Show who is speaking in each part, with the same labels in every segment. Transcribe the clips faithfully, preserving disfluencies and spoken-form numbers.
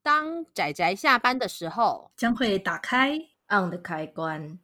Speaker 1: 当宅宅下班的时候，
Speaker 2: 将会打开
Speaker 3: on 的开关。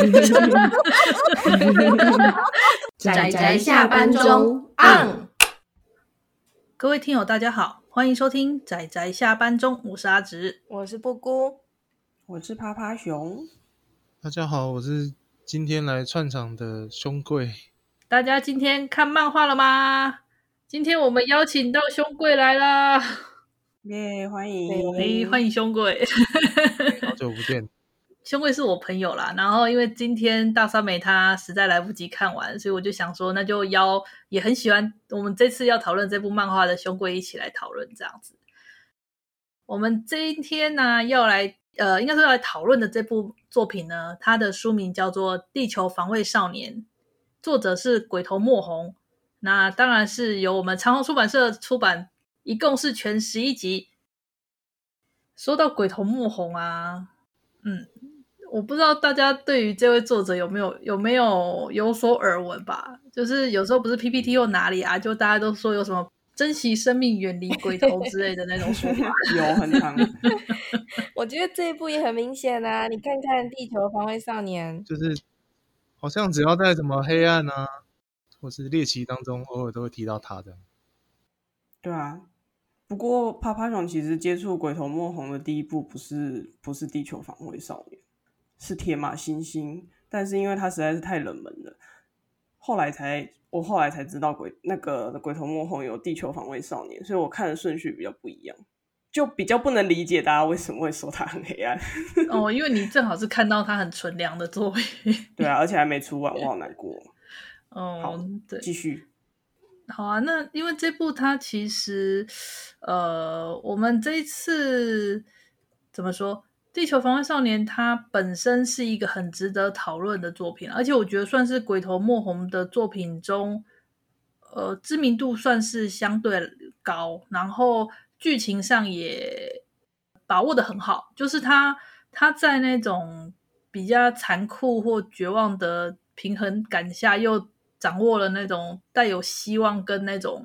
Speaker 1: 宅宅下班中 on。
Speaker 2: 各位听友大家好，欢迎收听宅宅下班中，我是阿直，
Speaker 3: 我是布姑，
Speaker 4: 我是趴趴熊。
Speaker 5: 大家好，我是今天来串场的兄贵。
Speaker 2: 大家今天看漫画了吗？今天我们邀请到兄贵来啦，
Speaker 4: 耶、yeah, 欢迎、
Speaker 2: 欸、欢迎兄贵
Speaker 5: 好久不见。
Speaker 2: 兄贵是我朋友啦，然后因为今天大酸梅他实在来不及看完，所以我就想说那就邀也很喜欢我们这次要讨论这部漫画的兄贵一起来讨论这样子。我们今天呢要来呃，应该说要来讨论的这部作品呢，它的书名叫做《地球防卫少年》，作者是鬼头墨红，那当然是由我们长虹出版社出版，一共是全十一集。说到鬼头墨红啊，嗯，我不知道大家对于这位作者有没有有没有有所耳闻吧？就是有时候不是 P P T 或哪里啊，就大家都说有什么珍惜生命远离鬼头之类的那种说法
Speaker 4: 有很长
Speaker 3: 我觉得这一部也很明显啊，你看看地球防卫少年，
Speaker 5: 就是好像只要在什么黑暗啊或是猎奇当中偶尔都会提到他的。
Speaker 4: 对啊，不过趴趴熊其实接触鬼头墨红的第一部不是不是地球防卫少年，是铁马猩猩，但是因为它实在是太冷门了，后来才我后来才知道鬼那个鬼头墨红有地球防卫少年，所以我看的顺序比较不一样，就比较不能理解大家为什么会说它很黑暗
Speaker 2: 哦，因为你正好是看到它很纯良的作品
Speaker 4: 对啊，而且还没出完，我好难过
Speaker 2: 哦，
Speaker 4: 好，
Speaker 2: 对，
Speaker 4: 继续。
Speaker 2: 好啊，那因为这部它其实呃，我们这一次怎么说，地球防卫少年它本身是一个很值得讨论的作品，而且我觉得算是鬼头墨红的作品中呃，知名度算是相对高，然后剧情上也把握得很好，就是他他在那种比较残酷或绝望的平衡感下，又掌握了那种带有希望跟那种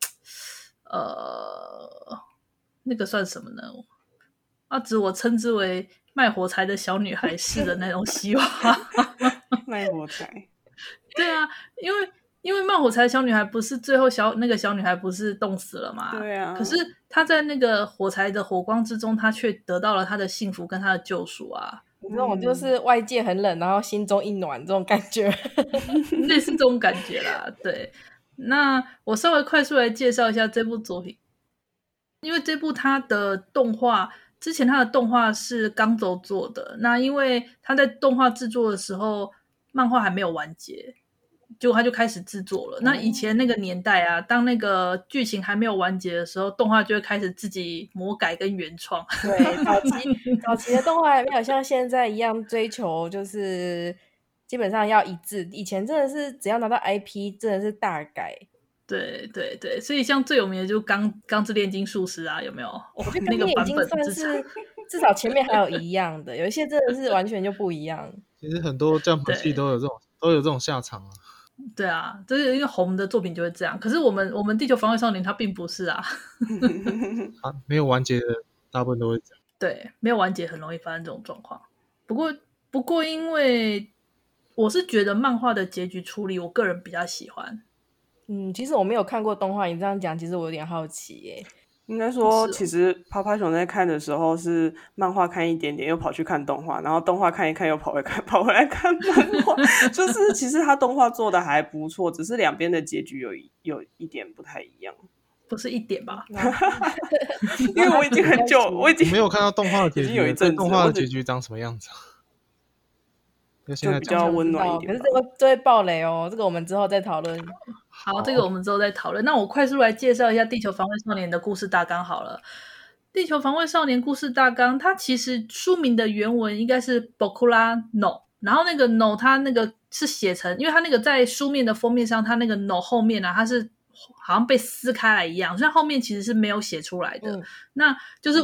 Speaker 2: 呃那个算什么呢？啊，只我称之为卖火柴的小女孩式的那种希望。
Speaker 4: 卖火柴，
Speaker 2: 对啊，因为因为卖火柴的小女孩不是最后小那个小女孩不是冻死了嘛？
Speaker 4: 对啊。
Speaker 2: 可是她在那个火柴的火光之中，她却得到了她的幸福跟她的救赎啊！
Speaker 3: 这种就是外界很冷，然后心中一暖这种感觉，
Speaker 2: 类似这种感觉啦。对，那我稍微快速来介绍一下这部作品，因为这部它的动画。之前他的动画是刚走做的，那因为他在动画制作的时候漫画还没有完结，结果他就开始制作了。那以前那个年代啊，当那个剧情还没有完结的时候，动画就会开始自己魔改跟原创。
Speaker 3: 对，早期早期的动画还没有像现在一样追求就是基本上要一致，以前真的是只要拿到 I P 真的是大改。
Speaker 2: 对对对，所以像最有名的就是钢钢之炼金术师啊，有没有？
Speaker 3: 我觉得
Speaker 2: 那个版本
Speaker 3: 算是至少前面还有一样的，有一些真的是完全就不一样。
Speaker 5: 其实很多 Jump 系都有这种都有这种下场啊。
Speaker 2: 对啊，这是因为红的作品就会这样。可是我们我们地球防卫少年它并不是啊，
Speaker 5: 啊，没有完结的大部分都会这样。
Speaker 2: 对，没有完结很容易发生这种状况。不过不过因为我是觉得漫画的结局处理，我个人比较喜欢。
Speaker 3: 嗯，其实我没有看过动画，你这样讲，其实我有点好奇耶。
Speaker 4: 应该说，其实趴趴熊在看的时候是漫画看一点点，又跑去看动画，然后动画看一看，又跑回看，跑回来看漫画。就是其实他动画做的还不错，只是两边的结局有有一点不太一样。
Speaker 2: 不是一点吧？
Speaker 4: 因为我已经很久，我已经
Speaker 5: 没有看到动画的结局，
Speaker 4: 有一阵子
Speaker 5: 动画的结局长什么样子？
Speaker 4: 就比较温暖一点。
Speaker 3: 可是这个这会爆雷哦，这个我们之后再讨论。
Speaker 2: 好，这个我们之后再討論。那我快速來介紹一下《地球防衛少年》的故事大綱好了。《地球防衛少年》故事大綱，它其實書名的原文應該是 Bokura no， 然後那個 no 它那個是寫成，因為它那個在書面的封面上，它那個 no 後面啊，它是好像被撕開來一樣，所以後面其實是沒有寫出來的。嗯、那就是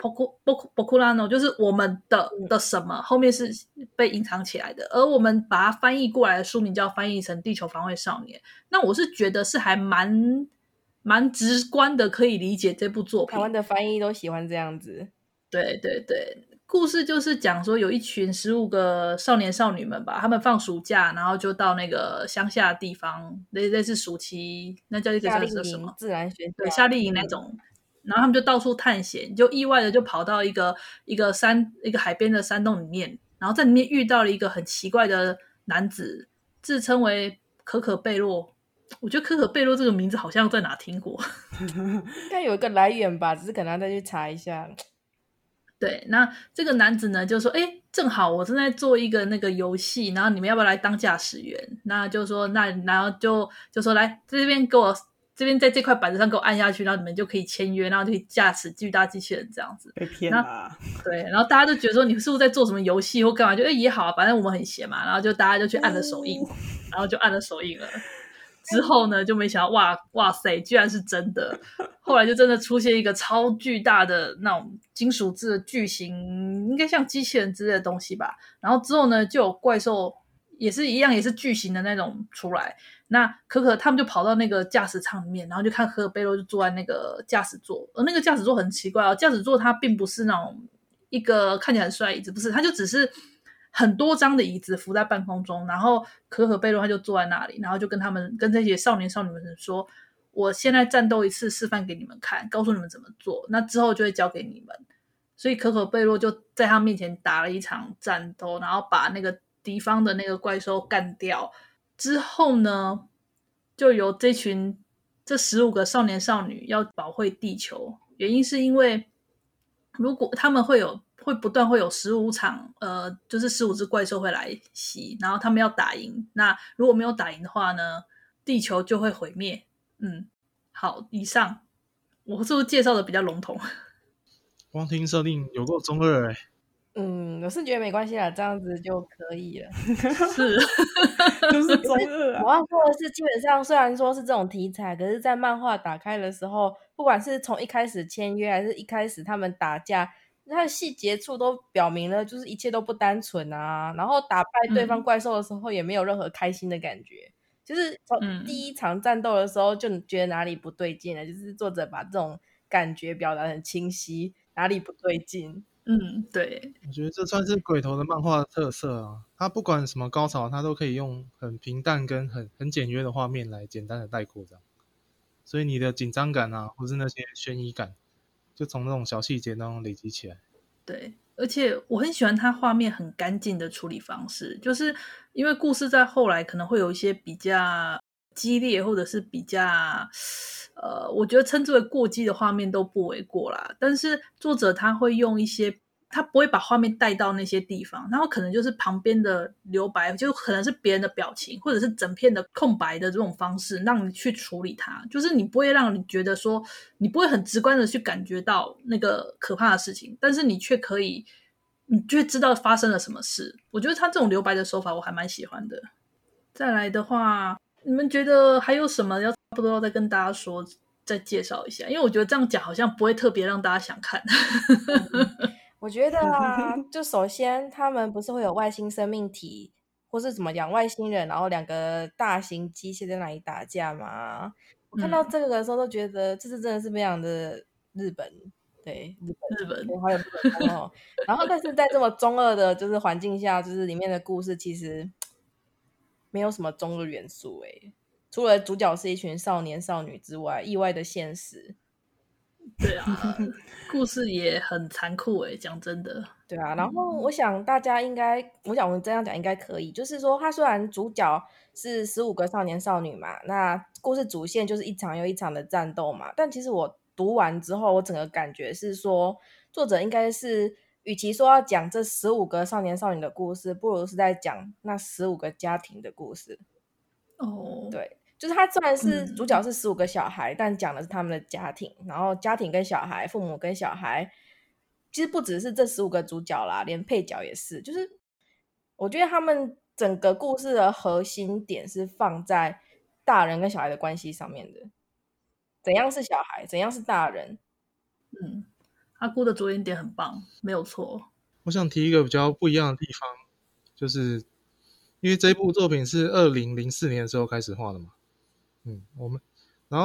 Speaker 2: Bokurano 就是我們的的什麼，後面是被隱藏起來的，而我們把它翻譯過來的書名叫翻譯成地球防衛少年。那我是覺得是還蠻蠻直觀的可以理解這部作品。
Speaker 3: 台灣的翻譯都喜歡這樣子。
Speaker 2: 对对对，故事就是讲说有一群十五个少年少女们吧，他们放暑假，然后就到那个乡下的地方，类类似暑期，那叫一个
Speaker 3: 夏令
Speaker 2: 叫什么？
Speaker 3: 营、自然学校，
Speaker 2: 对，夏令营那种。然后他们就到处探险，就意外的就跑到一个一个山一个海边的山洞里面，然后在里面遇到了一个很奇怪的男子，自称为可可贝洛。我觉得可可贝洛这个名字好像在哪听过，
Speaker 3: 应该有一个来源吧，只是可能要再去查一下。
Speaker 2: 对，那这个男子呢就说，哎，正好我正在做一个那个游戏，然后你们要不要来当驾驶员？那就说那然后就就说来这边给我这边在这块板子上给我按下去，然后你们就可以签约，然后就可以驾驶巨大机器人这样子。
Speaker 4: 被骗啦！
Speaker 2: 对，然后大家都觉得说你是不是在做什么游戏或干嘛？就哎也好啊，反正我们很闲嘛，然后就大家就去按了手印，然后就按了手印了。之后呢，就没想到哇哇塞，居然是真的。后来就真的出现一个超巨大的那种金属制的巨型，应该像机器人之类的东西吧。然后之后呢，就有怪兽也是一样，也是巨型的那种出来。那可可他们就跑到那个驾驶舱里面，然后就看可可贝洛就坐在那个驾驶座，而那个驾驶座很奇怪哦，驾驶座它并不是那种一个看起来很帅的椅子，不是，它就只是很多张的椅子浮在半空中，然后可可贝洛他就坐在那里，然后就跟他们跟这些少年少女们说，我现在战斗一次示范给你们看，告诉你们怎么做，那之后就会交给你们。所以可可贝洛就在他面前打了一场战斗，然后把那个敌方的那个怪兽干掉之后呢，就由这群这十五个少年少女要保卫地球，原因是因为如果他们会有会不断会有十五场呃，就是十五只怪兽会来袭，然后他们要打赢，那如果没有打赢的话呢，地球就会毁灭。嗯，好，以上我是不是介绍的比较笼统？
Speaker 5: 光听设定有够中二哎、欸。
Speaker 3: 嗯，我是觉得没关系啦，这样子就可以了。
Speaker 2: 是，
Speaker 4: 就是中二啊！
Speaker 3: 我要说的是，基本上虽然说是这种题材，可是在漫画打开的时候，不管是从一开始签约，还是一开始他们打架，它的细节处都表明了，就是一切都不单纯啊。然后打败对方怪兽的时候，也没有任何开心的感觉。嗯、就是从第一场战斗的时候，就觉得哪里不对劲了。就是作者把这种感觉表达得很清晰，哪里不对劲。
Speaker 2: 嗯，对，
Speaker 5: 我觉得这算是鬼头的漫画的特色啊。他不管什么高潮，他都可以用很平淡跟很很简约的画面来简单的带过这样。所以你的紧张感啊，或是那些悬疑感，就从那种小细节当中累积起来。
Speaker 2: 对，而且我很喜欢他画面很干净的处理方式，就是因为故事在后来可能会有一些比较激烈或者是比较呃，我觉得称之为过激的画面都不为过啦。但是作者他会用一些，他不会把画面带到那些地方，然后可能就是旁边的留白，就可能是别人的表情，或者是整片的空白的这种方式，让你去处理它。就是你不会让你觉得说，你不会很直观的去感觉到那个可怕的事情，但是你却可以，你就会知道发生了什么事。我觉得他这种留白的手法我还蛮喜欢的。再来的话，你们觉得还有什么要差不多要再跟大家说，再介绍一下？因为我觉得这样讲好像不会特别让大家想看。
Speaker 3: 嗯、我觉得啊，就首先他们不是会有外星生命体，或是怎么讲外星人，然后两个大型机械在那里打架嘛。我看到这个的时候都觉得，这是真的是非常的日本，对日本
Speaker 2: 日本，
Speaker 3: 对还有日本风哦。然后但是在这么中二的就是环境下，就是里面的故事其实没有什么中二元素诶，除了主角是一群少年少女之外，意外的现实。
Speaker 2: 对啊，故事也很残酷诶，讲真的。
Speaker 3: 对啊，然后我想大家应该，我想我们这样讲应该可以，就是说他虽然主角是十五个少年少女嘛，那故事主线就是一场又一场的战斗嘛，但其实我读完之后，我整个感觉是说，作者应该是与其说要讲这十五个少年少女的故事，不如是在讲那十五个家庭的故事。
Speaker 2: 哦，
Speaker 3: 对。就是他虽然是主角是十五个小孩、嗯、但讲的是他们的家庭，然后家庭跟小孩，父母跟小孩，其实不只是这十五个主角啦，连配角也是。就是我觉得他们整个故事的核心点是放在大人跟小孩的关系上面的，怎样是小孩，怎样是大人。
Speaker 2: 嗯，阿姑的着眼点很棒，没有错。
Speaker 5: 我想提一个比较不一样的地方，就是因为这部作品是二零零四年的时候开始画的嘛。嗯，我们然后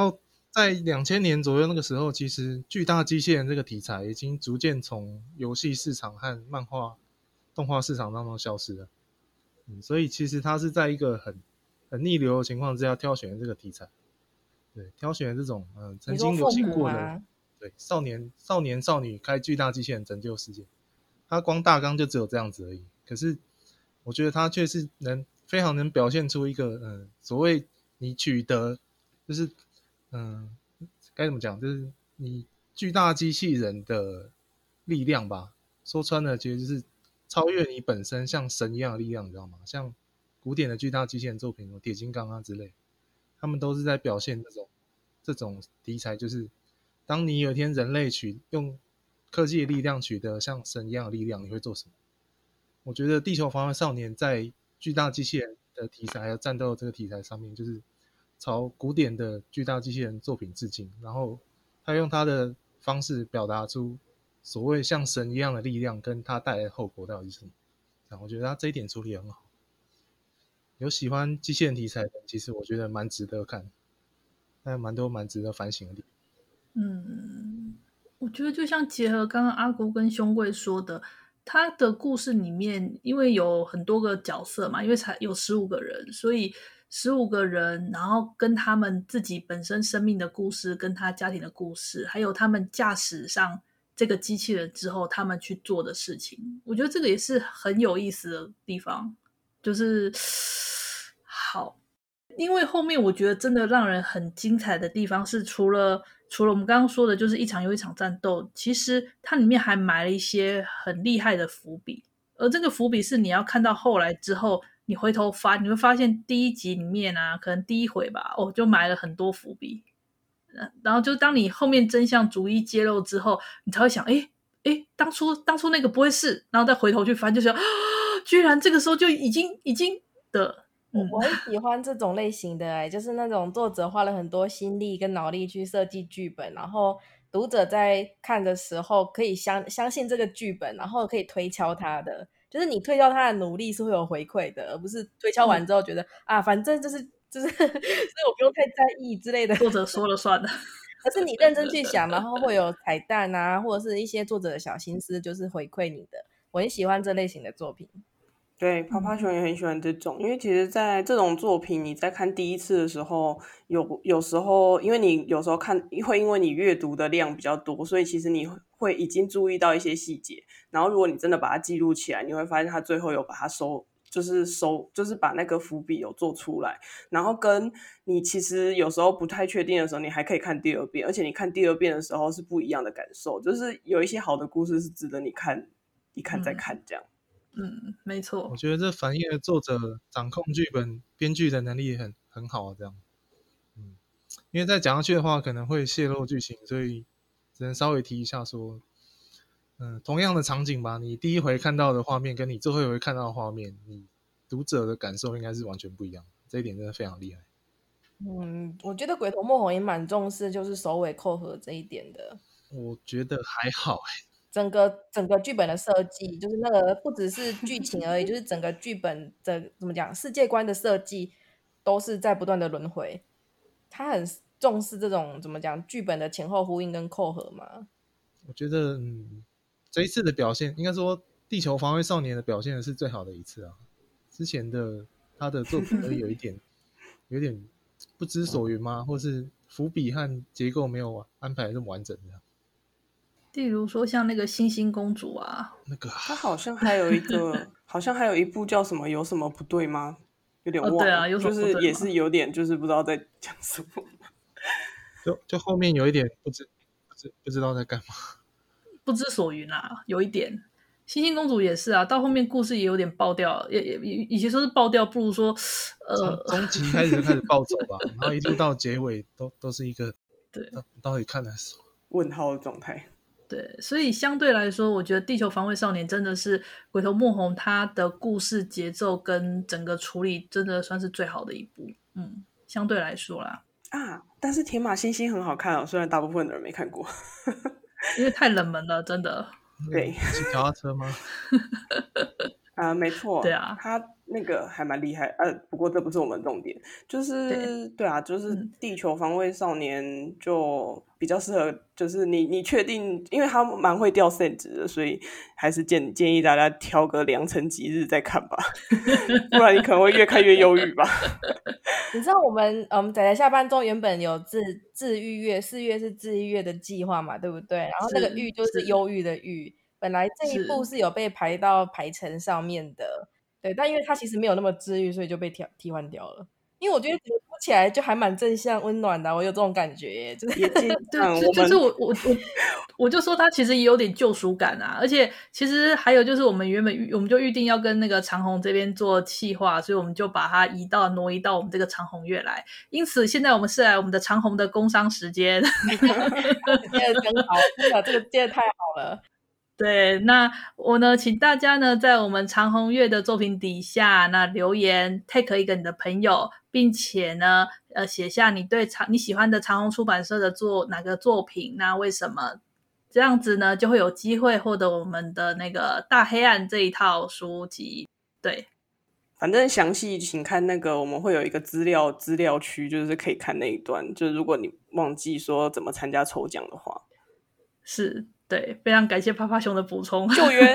Speaker 5: 在两千年左右那个时候，其实巨大机器人这个题材已经逐渐从游戏市场和漫画动画市场当中消失了。嗯，所以其实它是在一个很很逆流的情况之下挑选的这个题材。对，挑选这种嗯、呃、曾经流行过的，对，少年少年少女开巨大机器人拯救世界，它光大纲就只有这样子而已。可是我觉得它却是能非常能表现出一个嗯、呃、所谓你取得就是嗯该怎么讲，就是你巨大机器人的力量吧。说穿了，其实就是超越你本身像神一样的力量，你知道吗？像古典的巨大机器人作品，铁金刚啊之类。他们都是在表现这种这种题材，就是当你有一天人类取用科技的力量取得像神一样的力量，你会做什么？我觉得《地球防卫少年》在巨大机器人的题材还有战斗这个题材上面，就是朝古典的巨大机器人作品致敬，然后他用他的方式表达出所谓像神一样的力量跟他带来的后果到底是什么。我觉得他这一点处理很好。有喜欢机器人题材的，其实我觉得蛮值得看，还有蛮多蛮值得反省的地
Speaker 2: 方。嗯，我觉得就像结合刚刚阿姑跟兄贵说的，他的故事里面，因为有很多个角色嘛，因为才有十五个人，所以十五个人，然后跟他们自己本身生命的故事，跟他家庭的故事，还有他们驾驶上这个机器人之后，他们去做的事情，我觉得这个也是很有意思的地方，就是好。因为后面我觉得真的让人很精彩的地方是除了除了我们刚刚说的就是一场又一场战斗，其实它里面还埋了一些很厉害的伏笔，而这个伏笔是你要看到后来之后你回头发你会发现第一集里面啊，可能第一回吧，哦，就埋了很多伏笔，然后就当你后面真相逐一揭露之后，你才会想诶诶当初当初那个不会是，然后再回头去翻就想啊，居然这个时候就已经已经的
Speaker 3: 嗯、我很喜欢这种类型的、欸、就是那种作者花了很多心力跟脑力去设计剧本，然后读者在看的时候可以相相信这个剧本，然后可以推敲他的，就是你推敲他的努力是会有回馈的，而不是推敲完之后觉得、嗯、啊反正就是就是所以我不用太在意之类的，
Speaker 2: 作者说了算了
Speaker 3: 可是你认真去想，然后会有彩蛋啊，或者是一些作者的小心思就是回馈你的，我很喜欢这类型的作品。
Speaker 4: 对，趴趴熊也很喜欢这种、嗯、因为其实在这种作品你在看第一次的时候，有有时候因为你有时候看会因为你阅读的量比较多，所以其实你会已经注意到一些细节，然后如果你真的把它记录起来，你会发现他最后有把它收就是收就是把那个伏笔有做出来，然后跟你其实有时候不太确定的时候你还可以看第二遍，而且你看第二遍的时候是不一样的感受，就是有一些好的故事是值得你看一看再看这样。
Speaker 2: 嗯，没错。
Speaker 5: 我觉得这反映了作者掌控剧本、编剧的能力很很好，这样。嗯，因为再讲下去的话，可能会泄露剧情，所以只能稍微提一下说，嗯，同样的场景吧，你第一回看到的画面，跟你最后一回看到的画面，你读者的感受应该是完全不一样，这一点真的非常厉害。
Speaker 3: 嗯，我觉得鬼头墨红也蛮重视就是首尾扣合这一点的。
Speaker 5: 我觉得还好哎。
Speaker 3: 整个整个剧本的设计，就是那个不只是剧情而已，就是整个剧本的怎么讲，世界观的设计都是在不断的轮回。他很重视这种怎么讲剧本的前后呼应跟扣合嘛。
Speaker 5: 我觉得嗯，这一次的表现，应该说《地球防卫少年》的表现是最好的一次啊。之前的他的作品都有一点有点不知所云吗？或是伏笔和结构没有安排这么完整的。
Speaker 2: 例如说像那个星星公主啊，
Speaker 5: 那个
Speaker 4: 他好像还有一个好像还有一部叫什么有什么不对吗？有点忘了、
Speaker 2: 哦、对啊，有什么不对吗？
Speaker 4: 就是也是有点就是不知道在讲什么，
Speaker 5: 就就后面有一点不知不知不知道在干嘛，
Speaker 2: 不知所云啊，有一点。星星公主也是啊，到后面故事也有点爆掉，也也与其说是爆掉，不如说呃，
Speaker 5: 从中期开始就开始暴走吧，然后一路到结尾都都是一个
Speaker 2: 对
Speaker 5: 到底看的是
Speaker 4: 问号的状态。
Speaker 2: 对，所以相对来说，我觉得《地球防卫少年》真的是鬼头墨红他的故事节奏跟整个处理，真的算是最好的一部。嗯，相对来说啦。
Speaker 4: 啊，但是铁马星星很好看哦，虽然大部分的人没看过，
Speaker 2: 因为太冷门了，真的。
Speaker 4: 对，
Speaker 5: 骑脚踏车吗？
Speaker 4: 啊、呃，没错。
Speaker 2: 对啊，
Speaker 4: 他那个还蛮厉害，呃，不过这不是我们重点，就是对, 对啊，就是地球防卫少年就比较适合，就是你你确定，因为他蛮会掉线值的，所以还是建建议大家挑个良辰吉日再看吧，不然你可能会越看越忧郁吧。
Speaker 3: 你知道我们嗯，仔仔下班中原本有治治愈月，四月是治愈月的计划嘛，对不对？然后那个郁就是忧郁的郁，本来这一部是有被排到排程上面的，对，但因为它其实没有那么治愈，所以就被替换掉了。因为我觉得读起来就还蛮正向温暖的、啊，我有这种感觉耶，就是
Speaker 4: 也对，
Speaker 2: 就就是我我我我就说它其实也有点救赎感啊，而且其实还有就是我们原本我们就预定要跟那个长虹这边做企划，所以我们就把它移到挪移到我们这个长虹月来，因此现在我们是来我们的长虹的工商时间，
Speaker 3: 接的真好，真的这个接的太好了。
Speaker 2: 对，那我呢，请大家呢，在我们长虹月的作品底下，那留言 take 一个你的朋友，并且呢，呃，写下你对长你喜欢的长虹出版社的作哪个作品，那为什么？这样子呢，就会有机会获得我们的那个大黑暗这一套书籍。对，
Speaker 4: 反正详细请看那个，我们会有一个资料资料区，就是可以看那一段。就是如果你忘记说怎么参加抽奖的话，
Speaker 2: 是。对，非常感谢趴趴熊的补充
Speaker 4: 救援。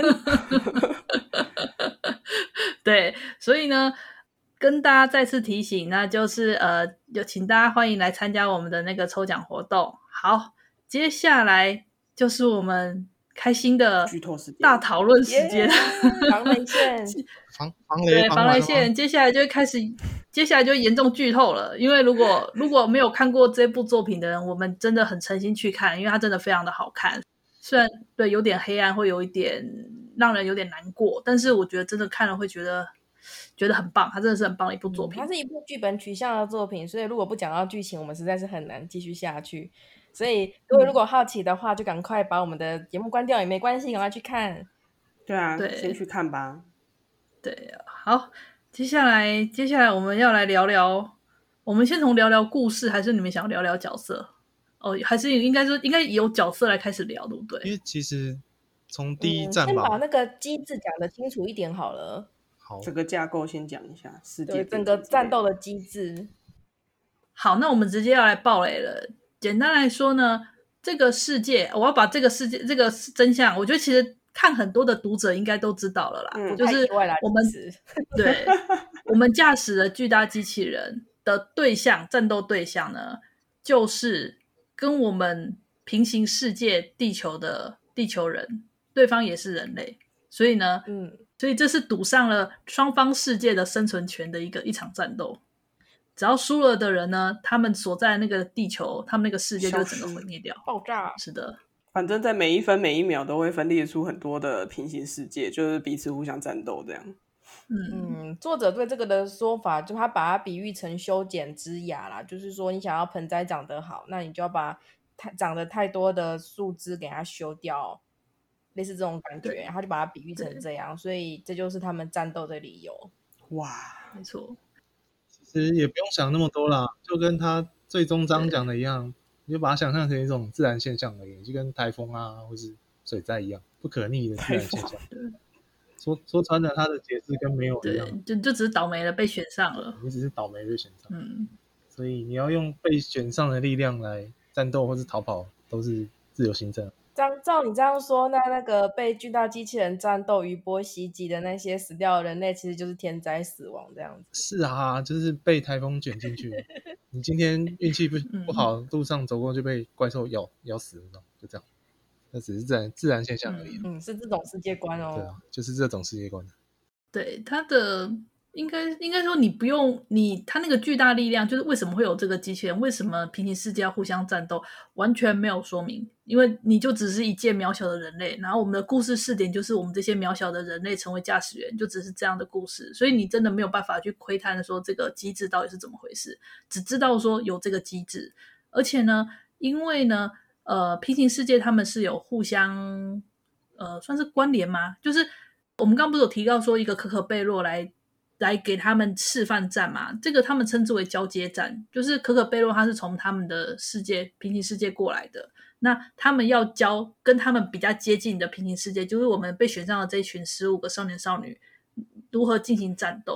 Speaker 2: 对，所以呢，跟大家再次提醒，那就是呃，有请大家欢迎来参加我们的那个抽奖活动。好，接下来就是我们开心的大讨论时间，
Speaker 3: 防雷线，
Speaker 5: 防防雷，
Speaker 2: 对，防雷线，接下来就会开始，接下来就严重剧透了。因为如果如果没有看过这部作品的人，我们真的很诚心去看，因为它真的非常的好看。虽然对有点黑暗，会有一点让人有点难过，但是我觉得真的看了会觉得觉得很棒，它真的是很棒的一部作品。
Speaker 3: 嗯、它是一部剧本取向的作品，所以如果不讲到剧情，我们实在是很难继续下去。所以各位如果好奇的话，嗯、就赶快把我们的节目关掉也没关系，赶快去看。
Speaker 4: 对啊，对，先去看吧。
Speaker 2: 对，好，接下来接下来我们要来聊聊，我们先从聊聊故事，还是你们想要聊聊角色？哦，还是应该说应该由角色来开始聊，对不对？
Speaker 5: 因为其实从第一站吧、
Speaker 3: 嗯，先把那个机制讲得清楚一点好了。
Speaker 5: 好，
Speaker 4: 这个架构先讲一下，世界
Speaker 3: 对整个战斗的机制。
Speaker 2: 好，那我们直接要来爆雷了。简单来说呢，这个世界，我要把这个世界这个真相，我觉得其实看很多的读者应该都知道了啦。
Speaker 3: 嗯、
Speaker 2: 就是我们对我们驾驶的巨大机器人的对象，战斗对象呢，就是跟我们平行世界地球的地球人，对方也是人类，所以呢，
Speaker 3: 嗯，
Speaker 2: 所以这是赌上了双方世界的生存权的一个一场战斗。只要输了的人呢，他们所在的那个地球，他们那个世界就整个毁灭掉，
Speaker 3: 爆炸。
Speaker 2: 是的，
Speaker 4: 反正在每一分每一秒都会分裂出很多的平行世界，就是彼此互相战斗这样。
Speaker 3: 嗯嗯，作者对这个的说法，就他把它比喻成修剪枝芽啦，就是说你想要盆栽长得好，那你就要把太长得太多的树枝给它修掉，类似这种感觉，他就把它比喻成这样，所以这就是他们战斗的理由。
Speaker 4: 哇，
Speaker 2: 没错。
Speaker 5: 其实也不用想那么多啦，就跟他最终章讲的一样，你就把它想象成一种自然现象而已，就跟台风啊或是水灾一样，不可逆的自然现象。说说穿了，他的解释跟没有一样，
Speaker 2: 就就只是倒霉了被选上了，
Speaker 5: 你只是倒霉被选上，
Speaker 2: 嗯，
Speaker 5: 所以你要用被选上的力量来战斗或是逃跑，都是自由行政。
Speaker 3: 照你这样说，那那个被巨大机器人战斗余波袭击的那些死掉的人类，其实就是天灾死亡这样子。
Speaker 5: 是啊，就是被台风卷进去。你今天运气不不好，路上走过就被怪兽咬咬死了，就这样。那只是自然自然现象而已。
Speaker 3: 嗯，是这种世界观哦。
Speaker 5: 对啊，就是这种世界观。
Speaker 2: 对，它的应该应该说你不用你它那个巨大力量，就是为什么会有这个机器人，为什么平行世界要互相战斗，完全没有说明。因为你就只是一介渺小的人类，然后我们的故事视点就是我们这些渺小的人类成为驾驶员，就只是这样的故事，所以你真的没有办法去窥探说这个机制到底是怎么回事，只知道说有这个机制。而且呢，因为呢呃，平行世界他们是有互相呃算是关联吗？就是我们刚刚不是有提到说一个可可贝洛来来给他们示范战嘛，这个他们称之为交接战，就是可可贝洛他是从他们的世界平行世界过来的，那他们要教跟他们比较接近的平行世界，就是我们被选上的这一群十五个少年少女如何进行战斗。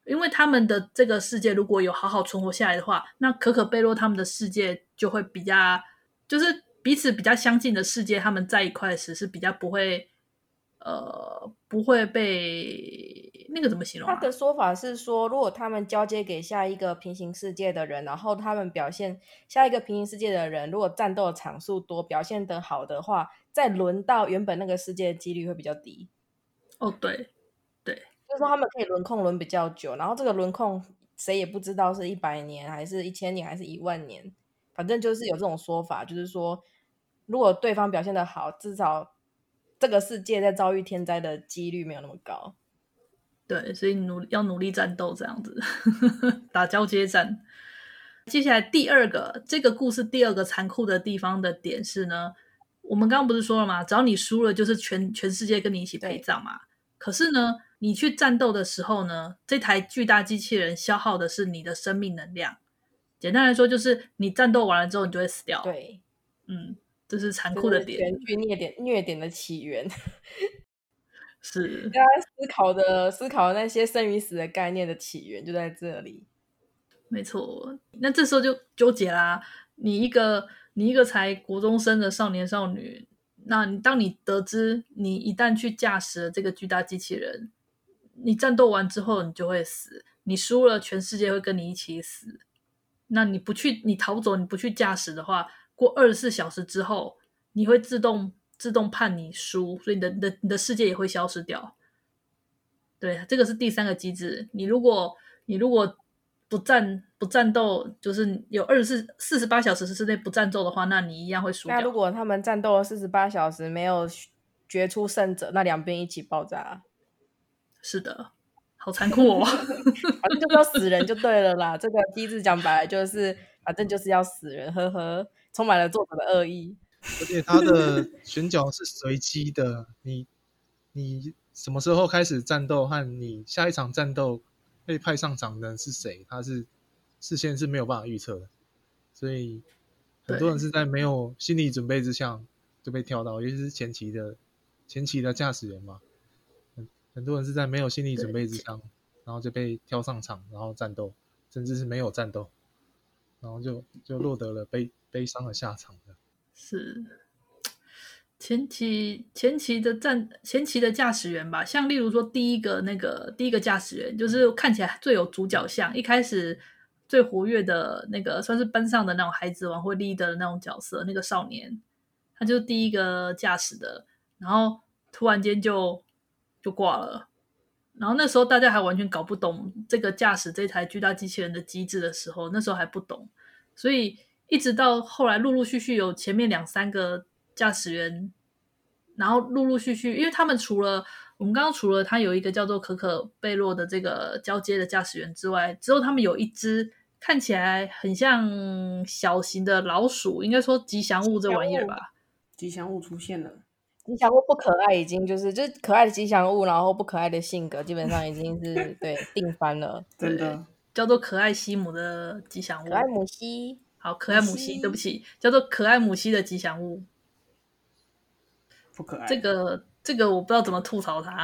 Speaker 2: 因为他们的这个世界如果有好好存活下来的话，那可可贝洛他们的世界就会比较，就是彼此比较相近的世界，他们在一块时是比较不会，呃，不会被那个怎么形容啊？
Speaker 3: 他的说法是说，如果他们交接给下一个平行世界的人，然后他们表现下一个平行世界的人，如果战斗的场数多，表现得好的话，再轮到原本那个世界的几率会比较低。
Speaker 2: 哦，对对，
Speaker 3: 就是说他们可以轮控轮比较久，然后这个轮控谁也不知道是一百年还是一千年还是一万年，反正就是有这种说法，就是说如果对方表现得好，至少这个世界在遭遇天灾的几率没有那么高。
Speaker 2: 对，所以努要努力战斗这样子，打交接战。接下来第二个，这个故事第二个残酷的地方的点是呢，我们刚刚不是说了吗？只要你输了，就是全全世界跟你一起陪葬嘛。可是呢，你去战斗的时候呢，这台巨大机器人消耗的是你的生命能量。简单来说，就是你战斗完了之后，你就会死掉。
Speaker 3: 对，
Speaker 2: 嗯，这是残酷的点，
Speaker 3: 全剧虐点虐点的起源。
Speaker 2: 是
Speaker 3: 大家思考的思考的那些生与死的概念的起源就在这里。
Speaker 2: 没错，那这时候就纠结啦。你一个你一个才国中生的少年少女，那你当你得知你一旦去驾驶了这个巨大机器人，你战斗完之后你就会死，你输了全世界会跟你一起死。那你不去你逃走，你不去驾驶的话，过二十四小时之后你会自动自动判你输，所以你的你的你的世界也会消失掉。对，这个是第三个机制。你如果你如果不战不战斗，就是有二十四四十八小时之内不战斗的话，那你一样会输掉。
Speaker 3: 那如果他们战斗了四十八小时没有决出胜者，那两边一起爆炸。
Speaker 2: 是的，好残酷哦。
Speaker 3: 反正就是要死人就对了啦。这个机制讲白了就是，反正就是要死人，呵呵，充满了作者的恶意。
Speaker 5: 而且他的选角是随机的，你你什么时候开始战斗和你下一场战斗被派上场的人是谁，他是事先是没有办法预测的，所以很多人是在没有心理准备之下就被挑到，尤其是前期的前期的驾驶员嘛，很很多人是在没有心理准备之下，然后就被挑上场，然后战斗，甚至是没有战斗，然后就就落得了悲悲伤的下场的。
Speaker 2: 是前期前期的战前期的驾驶员吧，像例如说第一个那个第一个驾驶员，就是看起来最有主角相，一开始最活跃的那个，算是班上的那种孩子王或 leader 的那种角色，那个少年，他就是第一个驾驶的，然后突然间就就挂了。然后那时候大家还完全搞不懂这个驾驶这台巨大机器人的机制的时候，那时候还不懂，所以一直到后来陆陆续续有前面两三个驾驶员，然后陆陆续续，因为他们除了我们刚刚除了他有一个叫做可可贝洛的这个交接的驾驶员之外，之后他们有一只看起来很像小型的老鼠，应该说吉祥物这玩意儿吧。
Speaker 4: 吉祥物出现了，
Speaker 3: 吉祥物不可爱已经就是就是可爱的吉祥物，然后不可爱的性格，基本上已经是对定番了，
Speaker 4: 真的
Speaker 2: 叫做可爱西姆的吉祥物，
Speaker 3: 可爱母西。
Speaker 2: 好，可爱母西，对不起，叫做可爱母西的吉祥物。
Speaker 4: 不可爱。
Speaker 2: 这个这个我不知道怎么吐槽他。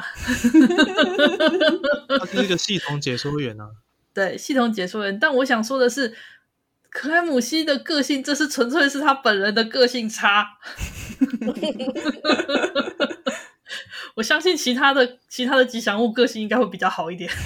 Speaker 5: 他是一个系统解说员啊。
Speaker 2: 对，系统解说员。但我想说的是，可爱母西的个性，这是纯粹是他本人的个性差。我相信其他的其他的吉祥物个性应该会比较好一点。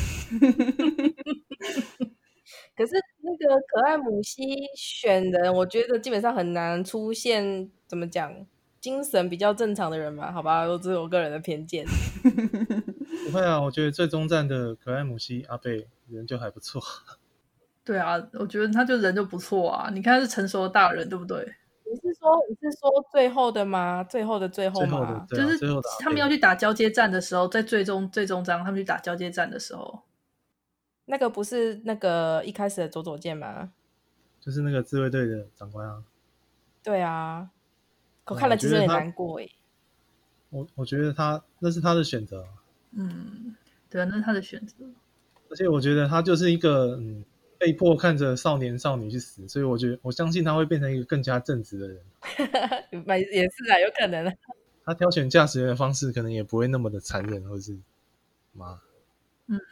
Speaker 3: 可是那个可爱母西选人，我觉得基本上很难出现怎么讲精神比较正常的人嘛，好吧，这是我个人的偏见。
Speaker 5: 不会啊，我觉得最终站的可爱母西阿贝人就还不错。
Speaker 2: 对啊，我觉得他就人就不错啊。你看他是成熟的大人，对不对？
Speaker 3: 你是说你是说最后的吗？最后的最后吗？
Speaker 5: 最后的、对啊、
Speaker 2: 就是他们要去打交接战的时候，在最终最终章他们去打交接战的时候，
Speaker 3: 那个不是那个一开始的佐佐健吗？
Speaker 5: 就是那个自卫队的长官啊。
Speaker 3: 对啊，我看了其实有点难过诶。
Speaker 5: 我我觉得他那是他的选择。
Speaker 2: 嗯，对啊，那是他的选择。
Speaker 5: 而且我觉得他就是一个嗯，被迫看着少年少女去死，所以我觉得我相信他会变成一个更加正直的人。
Speaker 3: 也是啊，有可能啊。
Speaker 5: 他挑选驾驶员的方式可能也不会那么的残忍，或是嘛。
Speaker 2: 嗯，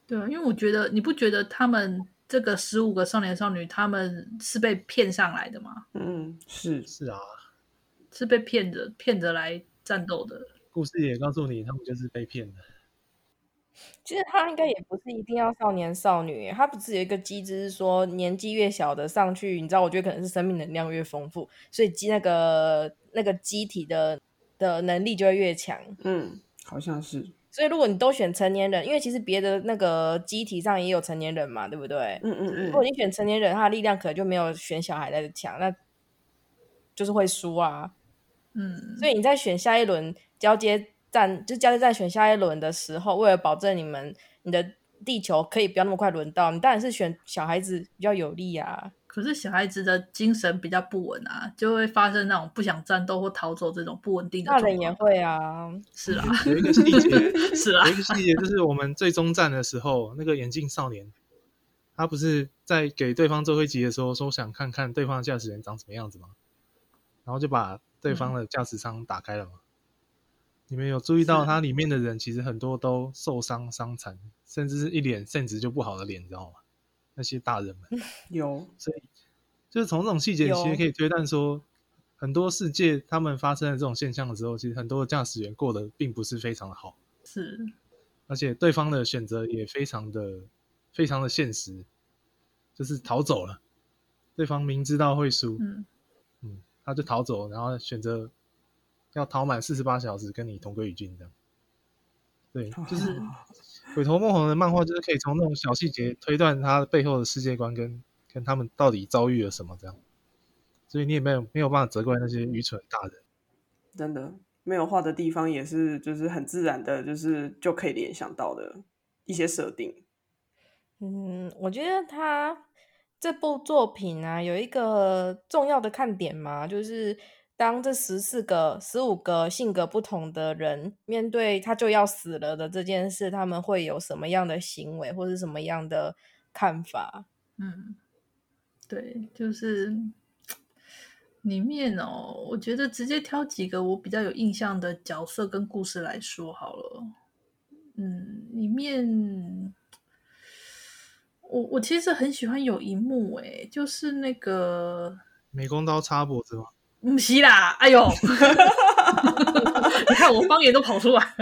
Speaker 2: 对啊，因为我觉得你不觉得他们这个十五个少年少女他们是被骗上来的吗？
Speaker 4: 嗯，是
Speaker 5: 是啊，
Speaker 2: 是被骗着骗着来战斗的。
Speaker 5: 故事也告诉你，他们就是被骗的。
Speaker 3: 其实他应该也不是一定要少年少女耶，他不是有一个机制是说年纪越小的上去，你知道，我觉得可能是生命能量越丰富，所以机那个那个机体的的能力就会越强。
Speaker 4: 嗯，好像是。
Speaker 3: 所以如果你都选成年人，因为其实别的那个机体上也有成年人嘛，对不对？
Speaker 4: 嗯嗯嗯。
Speaker 3: 如果你选成年人，他的力量可能就没有选小孩来的强，那就是会输啊。
Speaker 2: 嗯，
Speaker 3: 所以你在选下一轮交接战，就交接战选下一轮的时候，为了保证你们你的地球可以不要那么快轮到，你当然是选小孩子比较有利啊。
Speaker 2: 可是小孩子的精神比较不稳啊，就会发生那种不想战斗或逃走这种不稳定的
Speaker 3: 大
Speaker 2: 状况。
Speaker 3: 人也会啊，
Speaker 2: 是啊，
Speaker 5: 有一个细节，
Speaker 2: 是啊，
Speaker 5: 有一个细节就是我们最终战的时候，那个眼镜少年，他不是在给对方最后一集的时候说想看看对方的驾驶员长什么样子吗？然后就把对方的驾驶舱打开了嘛。嗯、你们有注意到它里面的人其实很多都受伤伤残，甚至是一脸甚至就不好的脸，你知道吗？那些大人们
Speaker 4: 有，
Speaker 5: 所以就是从这种细节其实可以推断说，很多世界他们发生了这种现象的时候，其实很多的驾驶员过得并不是非常的好，
Speaker 2: 是，
Speaker 5: 而且对方的选择也非常的非常的现实，就是逃走了。对方明知道会输，
Speaker 2: 嗯
Speaker 5: 嗯，他就逃走，然后选择要逃满四十八小时跟你同归于尽这样。对，就是鬼头梦红的漫画，就是可以从那种小细节推断他背后的世界观跟跟他们到底遭遇了什么这样。所以你也没有没有办法责怪那些愚蠢的大人。
Speaker 4: 真的没有画的地方也是就是很自然的，就是就可以联想到的一些设定。
Speaker 3: 嗯，我觉得他这部作品啊有一个重要的看点嘛，就是当这十四个、十五个性格不同的人面对他就要死了的这件事，他们会有什么样的行为，或是什么样的看法？
Speaker 2: 嗯，对，就是里面哦，我觉得直接挑几个我比较有印象的角色跟故事来说好了。嗯，里面我我其实很喜欢有一幕诶，就是那个
Speaker 5: 美工刀插脖子吗？
Speaker 2: 不是啦，哎呦，你看我方言都跑出来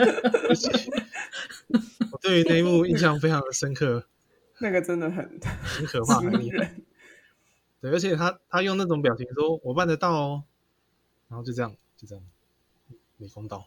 Speaker 5: 我对于那一幕印象非常的深刻，
Speaker 4: 那个真的很
Speaker 5: 很可怕，很厉害。对，而且他他用那种表情说：“我办得到哦。”然后就这样，就这样，美工刀。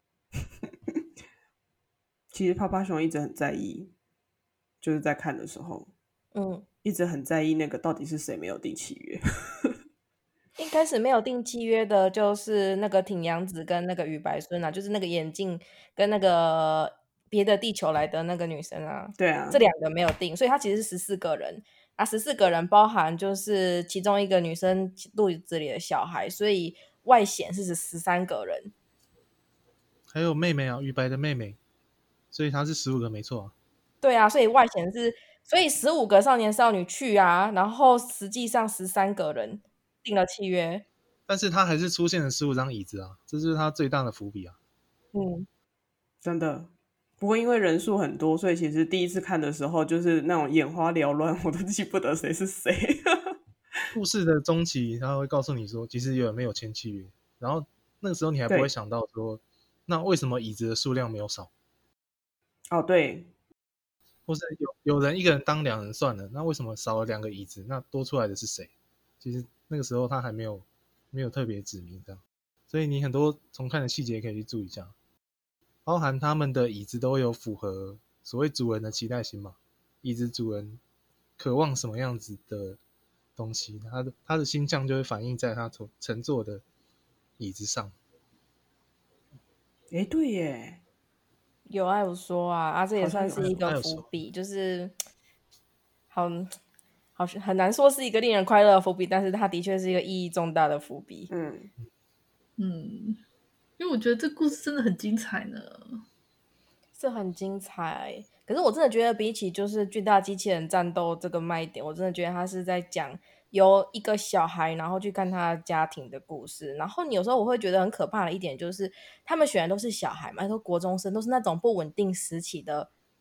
Speaker 4: 其实趴趴熊一直很在意，就是在看的时候，
Speaker 3: 嗯，
Speaker 4: 一直很在意那个到底是谁没有订契约。
Speaker 3: 一开始没有订契约的就是那个挺阳子跟那个宇白孙啊，就是那个眼镜跟那个别的地球来的那个女生啊。
Speaker 4: 对啊，
Speaker 3: 这两个没有订，所以他其实是十四个人啊，十四个人包含就是其中一个女生肚子里的小孩，所以外显是十三个人。
Speaker 5: 还有妹妹啊，宇白的妹妹，所以他是十五个没错啊。
Speaker 3: 对啊，所以外显是，所以十五个少年少女去啊，然后实际上十三个人订了契约，
Speaker 5: 但是他还是出现了十五张椅子啊，这就是他最大的伏笔啊。
Speaker 3: 嗯，
Speaker 4: 真的。不过因为人数很多，所以其实第一次看的时候，就是那种眼花缭乱，我都记不得谁是谁。
Speaker 5: 故事的中期，他会告诉你说，其实有人没有签契约，然后那个时候你还不会想到说，那为什么椅子的数量没有少？
Speaker 4: 哦，对，
Speaker 5: 或是有有人一个人当两人算了，那为什么少了两个椅子？那多出来的是谁？其实那个时候他还没有没有特别指明这样，所以你很多重看的细节可以去注意一下，包含他们的椅子都有符合所谓主人的期待心嘛，椅子主人渴望什么样子的东西，他的他的心象就会反映在他乘坐的椅子上。
Speaker 4: 诶，对耶，
Speaker 3: 有啊，有说啊，啊，这也算是一个伏笔，就是好好很难说是一个令人快乐的伏笔，但是它的确是一个意义重大的伏笔。
Speaker 4: 嗯
Speaker 2: 嗯，因为我觉得这故事真的很精彩呢，
Speaker 3: 是很精彩。可是我真的觉得比起就是巨大机器人战斗这个卖点，我真的觉得他是在讲由一个小孩然后去看他的家庭的故事。然后你有时候我会觉得很可怕的一点就是他们选的都是小孩嘛，都国中生，都是那种不稳定时期的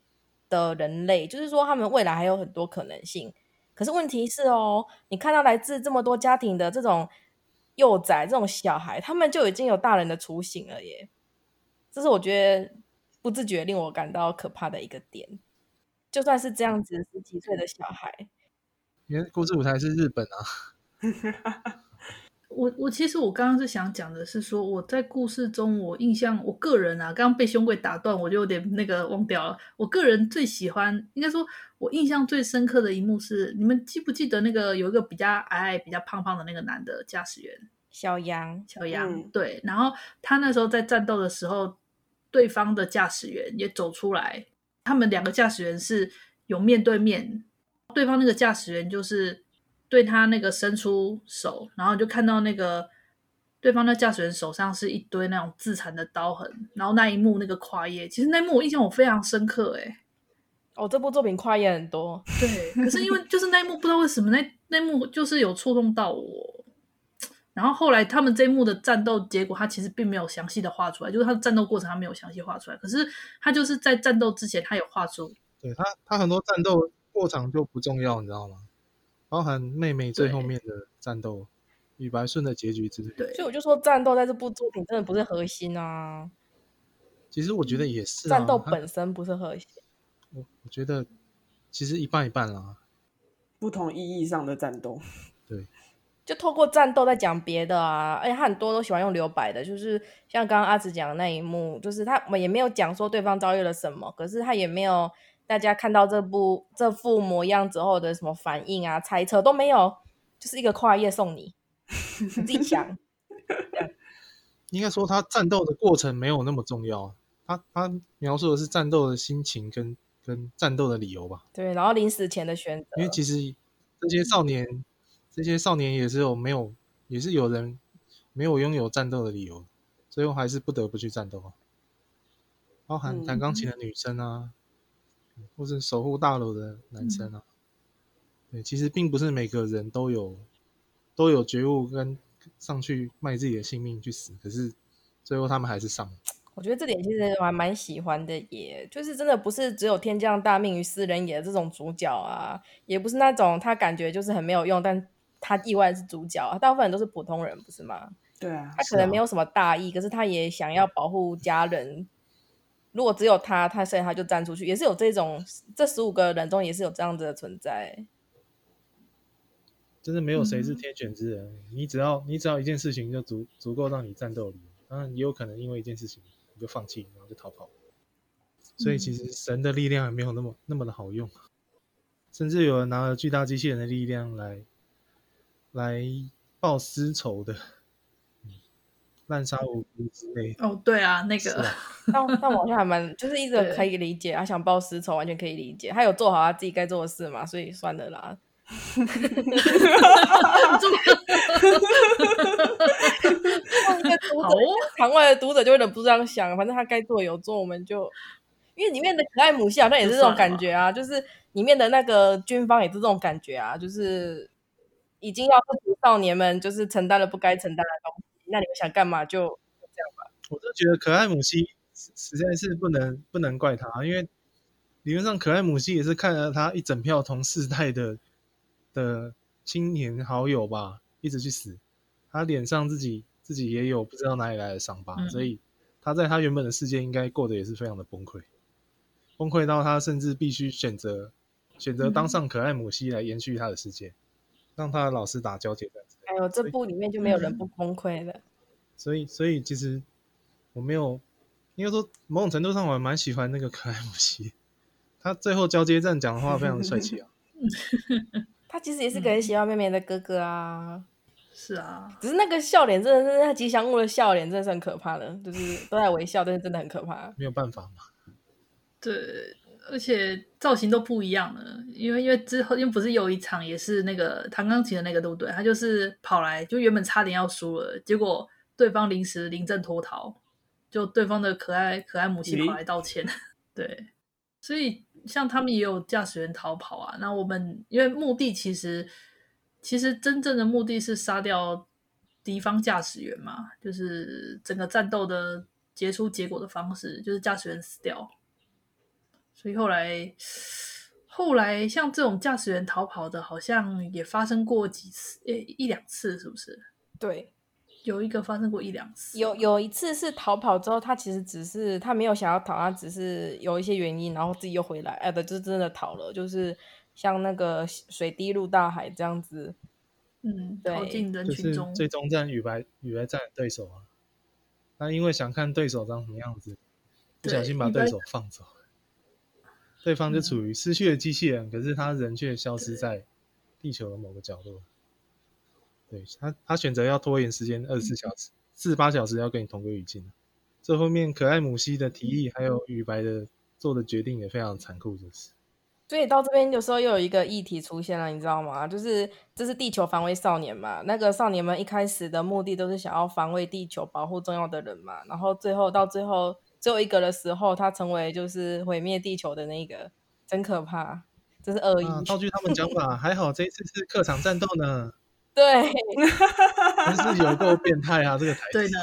Speaker 3: 的人类，就是说他们未来还有很多可能性。可是问题是哦，你看到来自这么多家庭的这种幼崽，这种小孩，他们就已经有大人的雏形了耶。这是我觉得不自觉令我感到可怕的一个点。就算是这样子十几岁的小孩，
Speaker 5: 因为故事舞台是日本啊。
Speaker 2: 我我其实我刚刚是想讲的是说，我在故事中我印象，我个人啊，刚刚被凶贵打断，我就有点那个忘掉了。我个人最喜欢，应该说我印象最深刻的一幕是，你们记不记得那个有一个比较矮矮、比较胖胖的那个男的驾驶员
Speaker 3: 小杨，
Speaker 2: 小杨、
Speaker 4: 嗯
Speaker 2: 对，然后他那时候在战斗的时候，对方的驾驶员也走出来，他们两个驾驶员是有面对面，对方那个驾驶员就是对他那个伸出手，然后就看到那个对方的驾驶员手上是一堆那种自残的刀痕，然后那一幕那个跨页，其实那一幕我印象我非常深刻诶。
Speaker 3: 哦，这部作品跨页很多，
Speaker 2: 对，可是因为就是那一幕不知道为什么那那一幕就是有触动到我，然后后来他们这一幕的战斗结果，他其实并没有详细的画出来，就是他的战斗过程他没有详细画出来，可是他就是在战斗之前他有画出，
Speaker 5: 对他，他很多战斗过场就不重要，你知道吗？包含妹妹最后面的战斗，与白顺的结局之类的。
Speaker 2: 对，
Speaker 3: 所以我就说战斗在这部作品真的不是核心啊。
Speaker 5: 其实我觉得也是、啊，
Speaker 3: 战斗本身不是核心。
Speaker 5: 我我觉得其实一半一半啦，
Speaker 4: 不同意义上的战斗。
Speaker 5: 对，
Speaker 3: 就透过战斗在讲别的啊，而且他很多都喜欢用留白的，就是像刚刚阿紫讲的那一幕，就是他们也没有讲说对方遭遇了什么，可是他也没有大家看到这部这副模样之后的什么反应啊、猜测都没有，就是一个跨页送你，你自己想。
Speaker 5: 应该说他战斗的过程没有那么重要，他他描述的是战斗的心情跟跟战斗的理由吧。
Speaker 3: 对，然后临死前的选择，
Speaker 5: 因为其实这些少年，这些少年也是有没有，也是有人没有拥有战斗的理由，最后还是不得不去战斗啊。包含弹钢琴的女生啊，嗯、或是守护大楼的男生啊，嗯、对，其实并不是每个人都有都有觉悟跟上去卖自己的性命去死，可是最后他们还是上了。
Speaker 3: 我觉得这点其实我还蛮喜欢的耶，就是真的不是只有天降大命于斯人也的这种主角啊，也不是那种他感觉就是很没有用，但他意外是主角啊，大部分人都是普通人，不是吗？
Speaker 4: 对啊，
Speaker 3: 他可能没有什么大义，可是他也想要保护家人。如果只有他，他所以他就站出去，也是有这种，这十五个人中也是有这样子的存在。
Speaker 5: 真的没有谁是天选之人，嗯、你只要你只要一件事情就足足够让你战斗理由，当然也有可能因为一件事情你就放弃，然后就逃跑。所以其实神的力量也没有那么那么的好用，甚至有人拿了巨大机器人的力量来来报私仇的，滥杀无辜之类的。
Speaker 2: 哦，对啊，那个，
Speaker 5: 啊、
Speaker 3: 但但我好像还蛮，就是一直可以理解，他想报私仇，完全可以理解，他有做好他自己该做的事嘛，所以算了啦。
Speaker 2: 好哦，
Speaker 3: 场外的读者就会忍不住这样想，反正他该做有做，我们就因为里面的可爱母系好像也是这种感觉啊，就, 就是里面的那个军方也是这种感觉啊，就是已经要使少年们就是承担了不该承担的东西，那你们想干嘛就这样吧。
Speaker 5: 我就觉得可爱母系实在是不能不能怪他，因为理论上可爱母系也是看了他一整票同世代的的青年好友吧，一直去死，他脸上自己自己也有不知道哪里来的伤疤、嗯、所以他在他原本的世界应该过得也是非常的崩溃，崩溃到他甚至必须选择选择当上可爱母系来延续他的世界、嗯、让他的老师打交接战。
Speaker 3: 哎呦，这部里面就没有人不崩溃的。
Speaker 5: 所以所以其实我没有，应该说某种程度上我还蛮喜欢那个可爱母系，他最后交接战讲的话非常的帅气啊。
Speaker 3: 他其实也是个很喜欢妹妹的哥哥啊、嗯、
Speaker 2: 是啊，
Speaker 3: 只是那个笑脸真的是他吉祥物的笑脸真的是很可怕的，就是都在微笑，但是真的很可怕，
Speaker 5: 没有办法嘛。
Speaker 2: 对，而且造型都不一样了，因为因为之后因为不是有一场也是那个弹钢琴的那个对不对，他就是跑来就原本差点要输了，结果对方临时临阵脱逃，就对方的可爱可爱母系跑来道歉、嗯、对，所以像他们也有驾驶员逃跑啊，那我们因为目的其实其实真正的目的是杀掉敌方驾驶员嘛，就是整个战斗的结出结果的方式就是驾驶员死掉， 所以后来后来像这种驾驶员逃跑的，好像也发生过几次，诶一两次是不是？
Speaker 3: 对，
Speaker 2: 有一个发生过一两次，
Speaker 3: 有有一次是逃跑之后，他其实只是他没有想要逃，他只是有一些原因，然后自己又回来，哎的，就是真的逃了，就是像那个水滴入大海这样子。
Speaker 2: 嗯，
Speaker 3: 对
Speaker 2: 逃进人
Speaker 5: 就是
Speaker 2: 群中。
Speaker 5: 最终战羽白羽白战的对手啊，他因为想看对手长什么样子，不小心把对手放走，对方就处于失去了机器人，可是他人却消失在地球的某个角落。对，他他选择要拖延时间二十四小时，四十八小时要跟你同归于尽。这后面可爱母系的提议，还有羽白的做的决定也非常残酷，就是
Speaker 3: 所以到这边有时候又有一个议题出现了，你知道吗？就是这是地球防卫少年嘛，那个少年们一开始的目的都是想要防卫地球，保护重要的人嘛，然后最后到最后只有一个的时候，他成为就是毁灭地球的那个，真可怕，这是恶意。
Speaker 5: 啊，套句他们讲法，还好这一次是客场战斗呢。
Speaker 3: 对，
Speaker 5: 真是有够变态啊！这个台词，
Speaker 2: 对呢，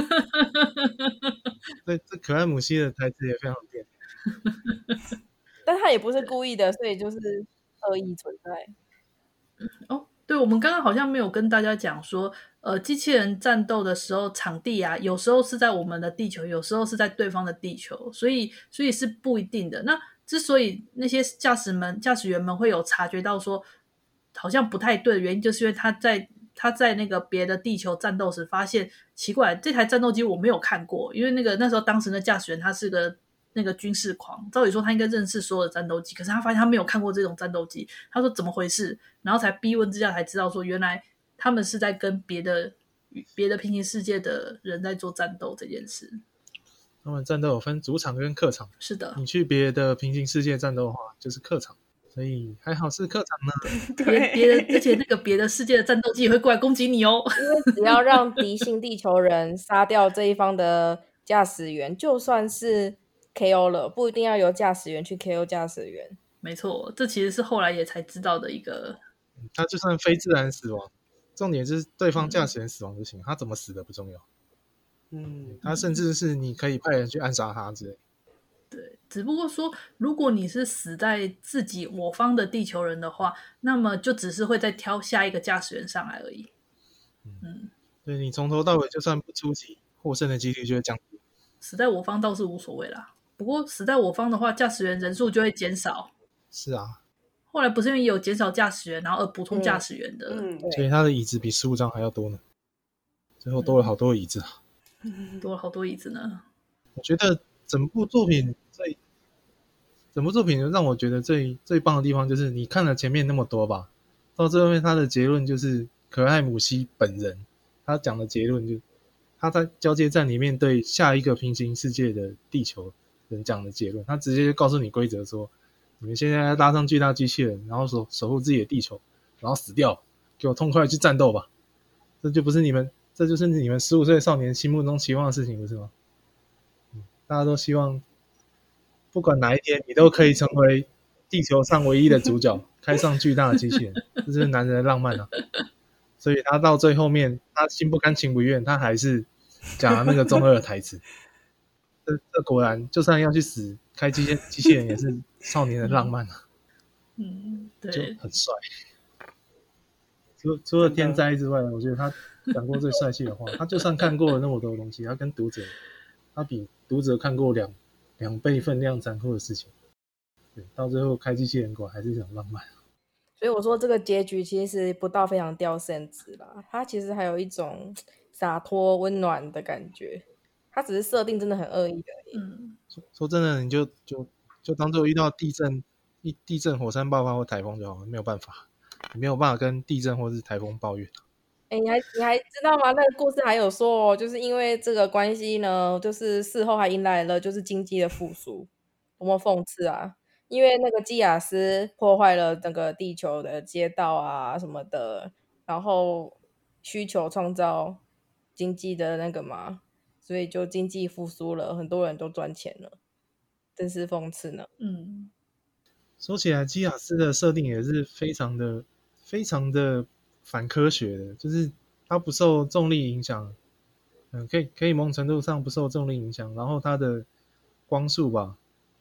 Speaker 5: 对，这可爱母系的台词也非常变态。
Speaker 3: 但他也不是故意的，所以就是恶意存在。
Speaker 2: 哦，对，我们刚刚好像没有跟大家讲说，呃，机器人战斗的时候，场地啊，有时候是在我们的地球，有时候是在对方的地球，所以所以是不一定的。那之所以那些驾驶们、驾驶员们会有察觉到说好像不太对的原因，就是因为他在他在那个别的地球战斗时发现奇怪，这台战斗机我没有看过，因为那个那时候当时的驾驶员他是个那个军事狂，照理说他应该认识所有的战斗机，可是他发现他没有看过这种战斗机，他说怎么回事，然后才逼问之下才知道说原来他们是在跟别的别的平行世界的人在做战斗这件事。
Speaker 5: 他们战斗有分主场跟客场，
Speaker 2: 是的，
Speaker 5: 你去别的平行世界战斗的话就是客场，所以还好是客场呢。
Speaker 2: 别别的，而且那个别的世界的战斗机也会过来攻击你哦。
Speaker 3: 因为只要让敌性地球人杀掉这一方的驾驶员，就算是 K O 了，不一定要由驾驶员去 K O 驾驶员。
Speaker 2: 没错，这其实是后来也才知道的一个。
Speaker 5: 他就算非自然死亡，重点就是对方驾驶员死亡就行，他怎么死的不重要。嗯，他甚至是你可以派人去暗杀他之类。
Speaker 2: 对，只不过说，如果你是死在自己我方的地球人的话，那么就只是会再挑下一个驾驶员上来而已。
Speaker 5: 嗯，对，你从头到尾就算不出击，获胜的几率就会降低。
Speaker 2: 死在我方倒是无所谓啦，不过死在我方的话，驾驶员人数就会减少。
Speaker 5: 是啊，
Speaker 2: 后来不是因为有减少驾驶员，然后而补充驾驶员的，
Speaker 4: 嗯，
Speaker 5: 所以他的椅子比十五张还要多呢。最后多了好多椅子啊。
Speaker 2: 多了好多椅子呢。
Speaker 5: 我觉得整部作品最，整部作品让我觉得最最棒的地方就是你看了前面那么多吧，到最后面他的结论就是可爱母系本人他讲的结论就他在交接站里面对下一个平行世界的地球人讲的结论，他直接就告诉你规则说，你们现在要拉上巨大机器人，然后守守护自己的地球，然后死掉，给我痛快去战斗吧，这就不是你们。这就是你们十五岁少年心目中期望的事情，不是吗？嗯，大家都希望，不管哪一天，你都可以成为地球上唯一的主角，开上巨大的机器人，这就是男人的浪漫啊！所以他到最后面，他心不甘情不愿，他还是讲了那个中二的台词。这这果然，就算要去死，开机器机器人也是少年的浪漫啊！
Speaker 2: 嗯，对，
Speaker 5: 就很帅。除除了天灾之外，我觉得他讲过最帅气的话，他就算看过了那么多东西，他跟读者，他比读者看过两两倍分量残酷的事情。对，到最后开机器人果还是一种浪漫。
Speaker 3: 所以我说这个结局其实不到非常掉线子啦，它其实还有一种洒脱温暖的感觉，它只是设定真的很恶意而已。
Speaker 2: 嗯，
Speaker 5: 说说真的，你就就就当做遇到地震、一地震、火山爆发或台风就好了，没有办法，你没有办法跟地震或是台风抱怨。
Speaker 3: 哎，你还你还知道吗？那个故事还有说哦，就是因为这个关系呢，就是事后还迎来了就是经济的复苏，多么讽刺啊！因为那个基亚斯破坏了整个地球的街道啊什么的，然后需求创造经济的那个嘛，所以就经济复苏了，很多人都赚钱了，真是讽刺呢。
Speaker 2: 嗯，
Speaker 5: 说起来，基亚斯的设定也是非常的、非常的反科学的，就是它不受重力影响，嗯，可以可以某种程度上不受重力影响，然后它的光速吧，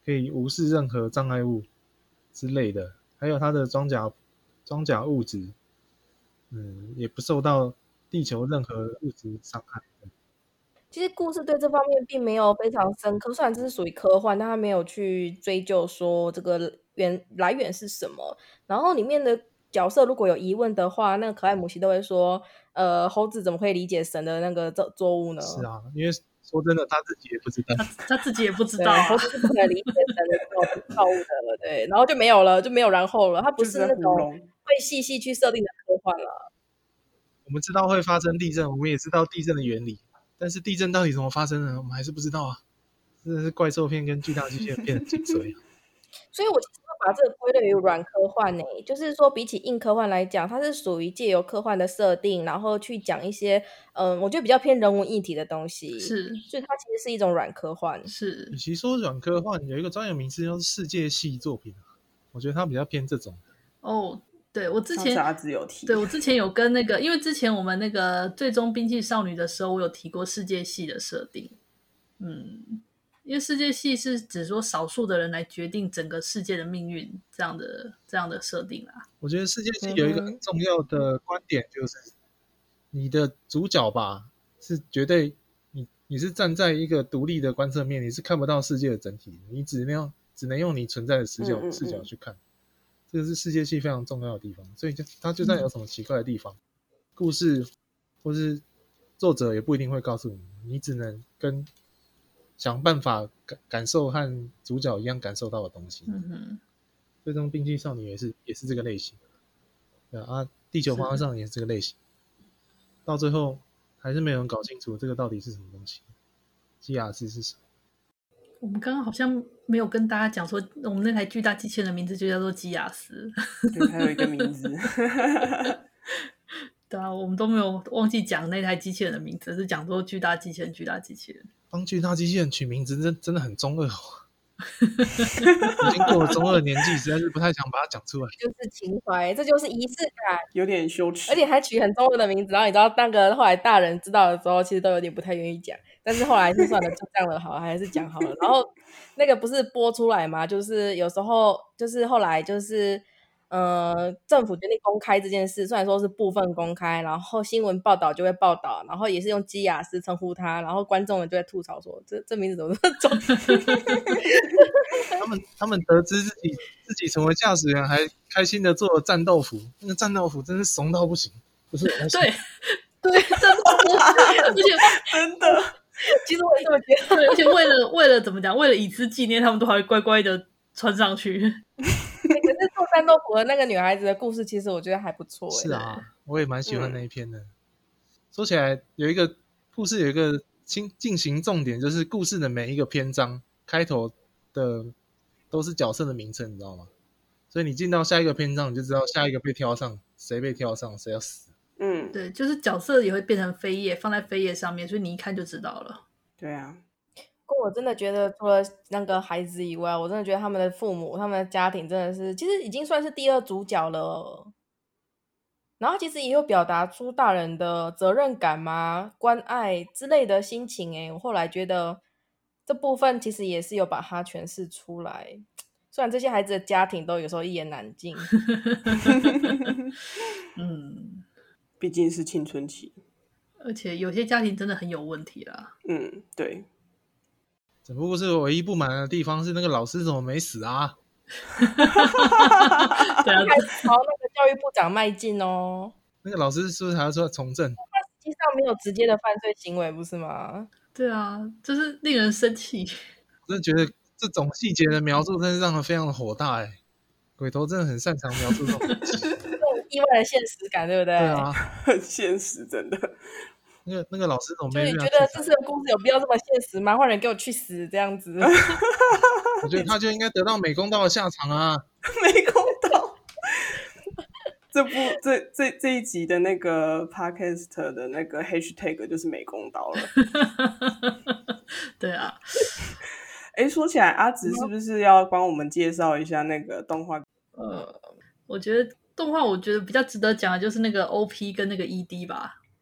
Speaker 5: 可以无视任何障碍物之类的，还有它的装甲装甲物质，嗯，也不受到地球任何物质伤害。
Speaker 3: 其实故事对这方面并没有非常深刻，虽然这是属于科幻，但他没有去追究说这个源来源是什么。然后里面的角色如果有疑问的话，那个可爱母系都会说，呃，猴子怎么会理解神的那个作作物呢？
Speaker 5: 是啊，因为说真的，他自己也不知道，
Speaker 2: 他他自己也不知
Speaker 3: 对，
Speaker 2: 道啊
Speaker 3: 猴。子是不可能理解神的造物的，对，然后就没有了，就没有然后了。它不
Speaker 4: 就是在
Speaker 3: 那种
Speaker 4: 糊弄。
Speaker 3: 会细细去设定的科幻了。
Speaker 5: 我们知道会发生地震，我们也知道地震的原理，但是地震到底怎么发生的，我们还是不知道啊。真的是怪兽片跟巨大机械人片的精髓啊。
Speaker 3: 所以我其实会把这个归类于软科幻呢、欸，就是说比起硬科幻来讲，它是属于借由科幻的设定，然后去讲一些嗯，我觉得比较偏人文议题的东西，
Speaker 2: 是，
Speaker 3: 所以它其实是一种软科幻。
Speaker 2: 是
Speaker 5: 与其说软科幻，有一个专有名词叫世界系作品，我觉得它比较偏这种。
Speaker 2: 哦，对我之前
Speaker 4: 上次阿紫有提，
Speaker 2: 对我之前有跟那个，因为之前我们那个最终兵器少女的时候，我有提过世界系的设定，嗯。因为世界系是指说少数的人来决定整个世界的命运，这样的这样的设定啦。
Speaker 5: 我觉得世界系有一个很重要的观点，就是你的主角吧，是绝对你你是站在一个独立的观测面，你是看不到世界的整体，你只能只能用你存在的视角、嗯嗯嗯视角去看。这个是世界系非常重要的地方，所以就它就算有什么奇怪的地方，嗯、故事或是作者也不一定会告诉你，你只能跟想办法感感受和主角一样感受到的东西。
Speaker 2: 嗯哼，
Speaker 5: 最终兵器少女也是也是这个类型，对啊，地球防卫少女也是这个类型。到最后还是没有人搞清楚这个到底是什么东西，基亚斯是什么？
Speaker 2: 我们刚刚好像没有跟大家讲说，我们那台巨大机器人的名字就叫做基亚斯。
Speaker 4: 对，还有一个名字。
Speaker 2: 对啊，我们都没有忘记讲那台机器人的名字，是讲说巨大机器人，巨大机器人。
Speaker 5: 帮巨大机器人取名字真真的很中二哦。已经过了中二年纪，实在是不太想把它讲出来。
Speaker 3: 就是情怀，这就是仪式感，
Speaker 4: 有点羞耻，
Speaker 3: 而且还取很中二的名字。然后你知道，那个后来大人知道的时候，其实都有点不太愿意讲。但是后来是算了，就这样了，好，还是讲好了。然后那个不是播出来嘛？就是有时候，就是后来就是。呃，政府决定公开这件事，虽然说是部分公开，然后新闻报道就会报道，然后也是用基亚斯称呼他，然后观众们就在吐槽说，这这名字怎么这么重？
Speaker 5: 他们他们得知自己自己成为驾驶员，还开心的做了战斗服，那个战斗服真是怂到不行，不是？
Speaker 2: 对对，真的，而且
Speaker 4: 真的，
Speaker 3: 其实我也这么觉得，
Speaker 2: 对，而且为了为了怎么讲，为了以资纪念，他们都还会乖乖的穿上去。
Speaker 3: 可是做战斗服的那个女孩子的故事，其实我觉得还不错、欸。
Speaker 5: 是啊，我也蛮喜欢那一篇的。嗯、说起来，有一个故事有一个进行重点，就是故事的每一个篇章开头的都是角色的名称，你知道吗？所以你进到下一个篇章，你就知道下一个被挑上，谁被挑上，谁要死。
Speaker 4: 嗯，
Speaker 2: 对，就是角色也会变成扉页，放在扉页上面，所以你一看就知道了。
Speaker 4: 对啊。
Speaker 3: 不过我真的觉得，除了那个孩子以外，我真的觉得他们的父母、他们的家庭真的是，其实已经算是第二主角了。然后其实也有表达出大人的责任感嘛、关爱之类的心情。哎，我后来觉得这部分其实也是有把它诠释出来。虽然这些孩子的家庭都有时候一言难尽。
Speaker 2: 嗯，
Speaker 4: 毕竟是青春期，
Speaker 2: 而且有些家庭真的很有问题啦。
Speaker 4: 嗯，对。
Speaker 5: 只不过是唯一不满的地方是那个老师怎么没死啊？
Speaker 2: 对啊，
Speaker 3: 开始朝那个教育部长迈进哦。
Speaker 5: 那个老师是不是还要说从政？
Speaker 3: 他实际上没有直接的犯罪行为，不是吗？
Speaker 2: 对啊，就是令人生气。
Speaker 5: 我真的觉得这种细节的描述真是让人非常的火大哎、欸！鬼头真的很擅长描述这种东西，
Speaker 3: 这种意外的现实感，对不对？
Speaker 5: 对啊，
Speaker 4: 很现实，真的。
Speaker 5: 那个那个老师怎么没？
Speaker 3: 就你觉得这次的故事有必要这么现实吗？换人给我去死这样子。
Speaker 5: 我觉得他就应该得到美工刀的下场啊！
Speaker 4: 美工刀。这部这这这一集的那个 podcast 的那个 hashtag 就是美工刀了。
Speaker 2: 对啊。
Speaker 4: 哎，说起来，阿直是不是要帮我们介绍一下那个动画？
Speaker 2: 呃，我觉得动画，我觉得比较值得讲的就是那个 O P 跟那个 E D 吧。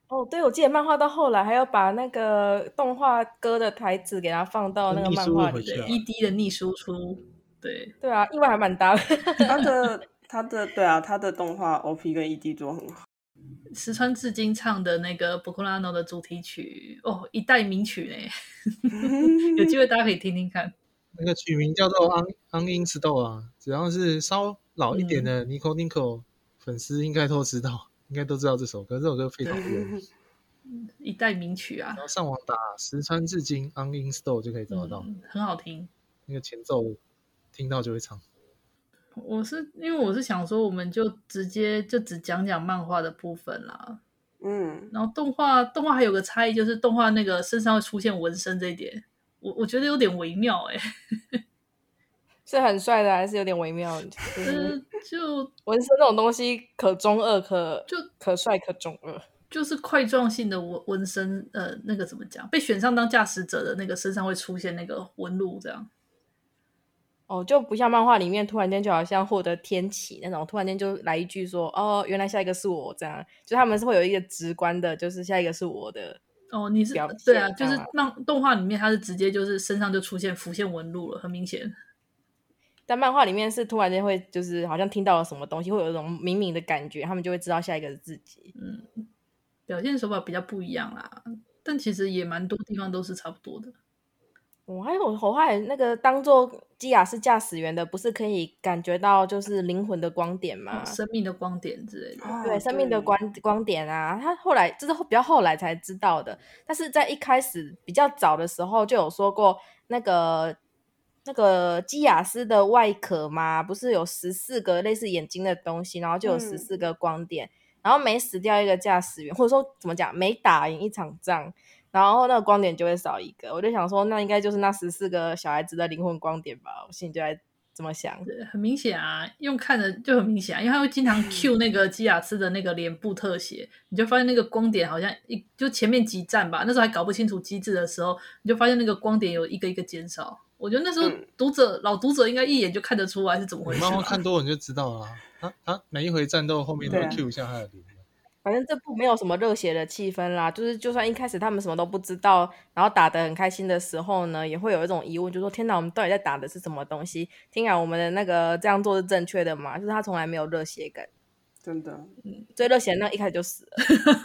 Speaker 3: 哦，对，我记得漫画到后来还要把那个动画歌的台词给它放到那个漫画里
Speaker 2: 对
Speaker 5: 逆输回去啊
Speaker 2: E D 的逆输出，对
Speaker 3: 对啊，意外还蛮大的。
Speaker 4: 他的他的对啊，他的动画 O P 跟 E D 做很好。
Speaker 2: 石川智晶唱的那个《博库拉诺》的主题曲，哦，一代名曲呢，有机会大家可以听听看。
Speaker 5: 那个曲名叫做 On On In Store 啊，只要是稍老一点的 Nico Nico 粉丝应该都知道，应该都知道这首歌，这首歌非常有名。
Speaker 2: 一代名曲啊，
Speaker 5: 然后上网打石川智晶 On In Store 就可以找得到，
Speaker 2: 嗯，很好听。
Speaker 5: 那个前奏听到就会唱。
Speaker 2: 我是因为我是想说，我们就直接就只讲讲漫画的部分啦。
Speaker 4: 嗯，
Speaker 2: 然后动画动画还有个差异，就是动画那个身上会出现纹身这一点，我我觉得有点微妙哎、欸。
Speaker 3: 是很帅的，还是有点微妙？就
Speaker 2: 呃
Speaker 3: 是，
Speaker 2: 就
Speaker 3: 纹身这种东西可中二，可
Speaker 2: 就
Speaker 3: 可帅可中二。
Speaker 2: 就是块状性的纹纹身，呃，那个怎么讲？被选上当驾驶者的那个身上会出现那个纹路，这样。
Speaker 3: 哦，就不像漫画里面突然间就好像获得天启那种，突然间就来一句说：“哦，原来下一个是我。”这样，就他们是会有一个直观的，就是下一个是我的。
Speaker 2: 哦，你是
Speaker 3: 表现
Speaker 2: 对啊，就是
Speaker 3: 这样啊
Speaker 2: 漫动画里面它是直接就是身上就出现浮现纹路了，很明显。
Speaker 3: 但漫画里面是突然间会就是好像听到了什么东西，会有一种明明的感觉，他们就会知道下一个是自己。
Speaker 2: 嗯，表现手法比较不一样啦，但其实也蛮多地方都是差不多的。
Speaker 3: 我、哦、还有我后来那个当做基亚是驾驶员的，不是可以感觉到就是灵魂的光点吗？
Speaker 2: 哦、生命的光点之类的。
Speaker 4: 啊
Speaker 3: 对，生命的光光点啊，他后来这是比较后来才知道的，但是在一开始比较早的时候就有说过，那个那个基亚斯的外壳嘛，不是有十四个类似眼睛的东西，然后就有十四个光点，嗯、然后每死掉一个驾驶员，或者说怎么讲，每打赢一场仗，然后那个光点就会少一个。我就想说，那应该就是那十四个小孩子的灵魂光点吧，我心里就在这么想。
Speaker 2: 对，很明显啊，用看的就很明显啊，因为他会经常 cue 那个基亚斯的那个脸部特写，你就发现那个光点好像一就前面几站吧，那时候还搞不清楚机制的时候，你就发现那个光点有一个一个减少。我觉得那时候读者、嗯、老读者应该一眼就看得出来是怎么回事。
Speaker 5: 漫画看多了你就知道了、啊，他他每一回战斗后面都会 cue 一下他的脸。
Speaker 3: 反正这部没有什么热血的气氛啦，就是就算一开始他们什么都不知道，然后打得很开心的时候呢，也会有一种疑问，就是说天哪，我们到底在打的是什么东西？听来我们的那个这样做是正确的嘛？就是他从来没有热血感，
Speaker 4: 真的，
Speaker 3: 嗯，最热血那一开始就死了，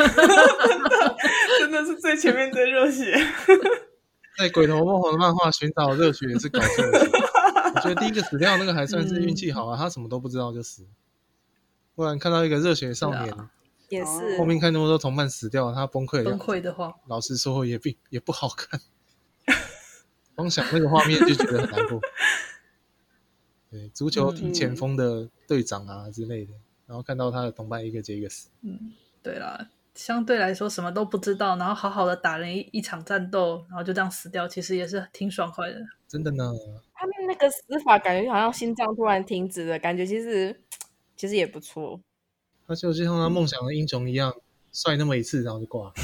Speaker 4: 真的是最前面最热血。
Speaker 5: 在鬼头梦红的漫画寻找热血也是搞错的，我觉得第一个死掉那个还算是运气好啊，嗯、他什么都不知道就死，不然看到一个热血少年。
Speaker 3: 也是
Speaker 5: 后面看那么多同伴死掉，他崩溃
Speaker 2: 崩溃的话，
Speaker 5: 老实说也并也不好看。光想那个画面就觉得很难过。对，足球踢前锋的队长啊之类的，嗯、然后看到他的同伴一个接一个死。
Speaker 2: 嗯，对啦，相对来说什么都不知道，然后好好的打了一一场战斗，然后就这样死掉，其实也是挺爽快的。
Speaker 5: 真的呢。
Speaker 3: 他们那个死法感觉好像心脏突然停止了，感觉其实其实也不错。
Speaker 5: 他就像他梦想的英雄一样，帅那么一次，然后就挂了。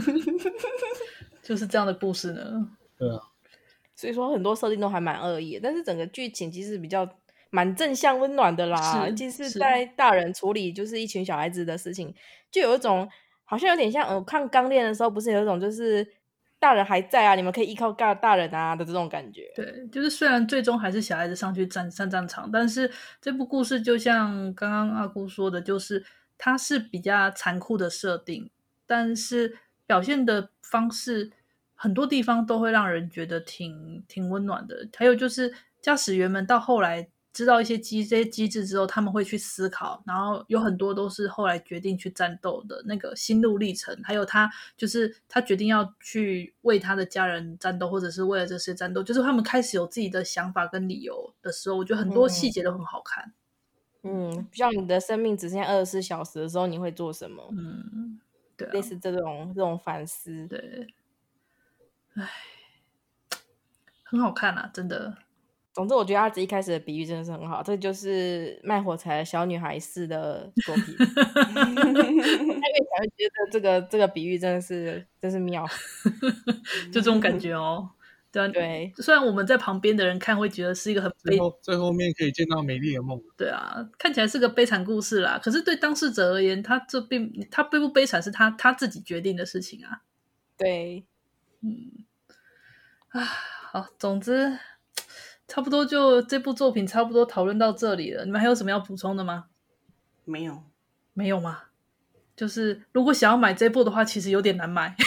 Speaker 2: 就是这样的故事呢。
Speaker 5: 对啊，
Speaker 3: 所以说很多设定都还蛮恶意的，但是整个剧情其实比较蛮正向温暖的啦。尤其是在大人处理就是一群小孩子的事情，就有一种好像有点像我看《钢炼》的时候，不是有一种就是大人还在啊，你们可以依靠大人啊的这种感觉。
Speaker 2: 对，就是虽然最终还是小孩子上去战上战场，但是这部故事就像刚刚阿姑说的，就是它是比较残酷的设定，但是表现的方式很多地方都会让人觉得挺挺温暖的。还有就是驾驶员们到后来知道一些机这些机制之后，他们会去思考，然后有很多都是后来决定去战斗的那个心路历程，还有他就是他决定要去为他的家人战斗，或者是为了这些战斗，就是他们开始有自己的想法跟理由的时候，我觉得很多细节都很好看。
Speaker 3: 嗯，像你的生命只剩下二十四小时的时候，你会做什么？
Speaker 2: 嗯，对、啊，
Speaker 3: 类似这种这种反思。
Speaker 2: 对，唉，很好看啊，真的。
Speaker 3: 总之我觉得阿紫一开始的比喻真的是很好，这就是卖火柴的小女孩式的作品。我越想越觉得这个这个比喻真的是真是妙。
Speaker 2: 就这种感觉哦。对对啊，
Speaker 3: 对，
Speaker 2: 虽然我们在旁边的人看会觉得是一个很悲
Speaker 5: 最后最后面可以见到美丽的梦。
Speaker 2: 对啊，看起来是个悲惨故事啦，可是对当事者而言，他这并他悲不悲惨是他他自己决定的事情啊。
Speaker 3: 对，
Speaker 2: 嗯，啊，好，总之差不多就这部作品差不多讨论到这里了。你们还有什么要补充的吗？
Speaker 4: 没有，
Speaker 2: 没有吗？就是如果想要买这部的话，其实有点难买。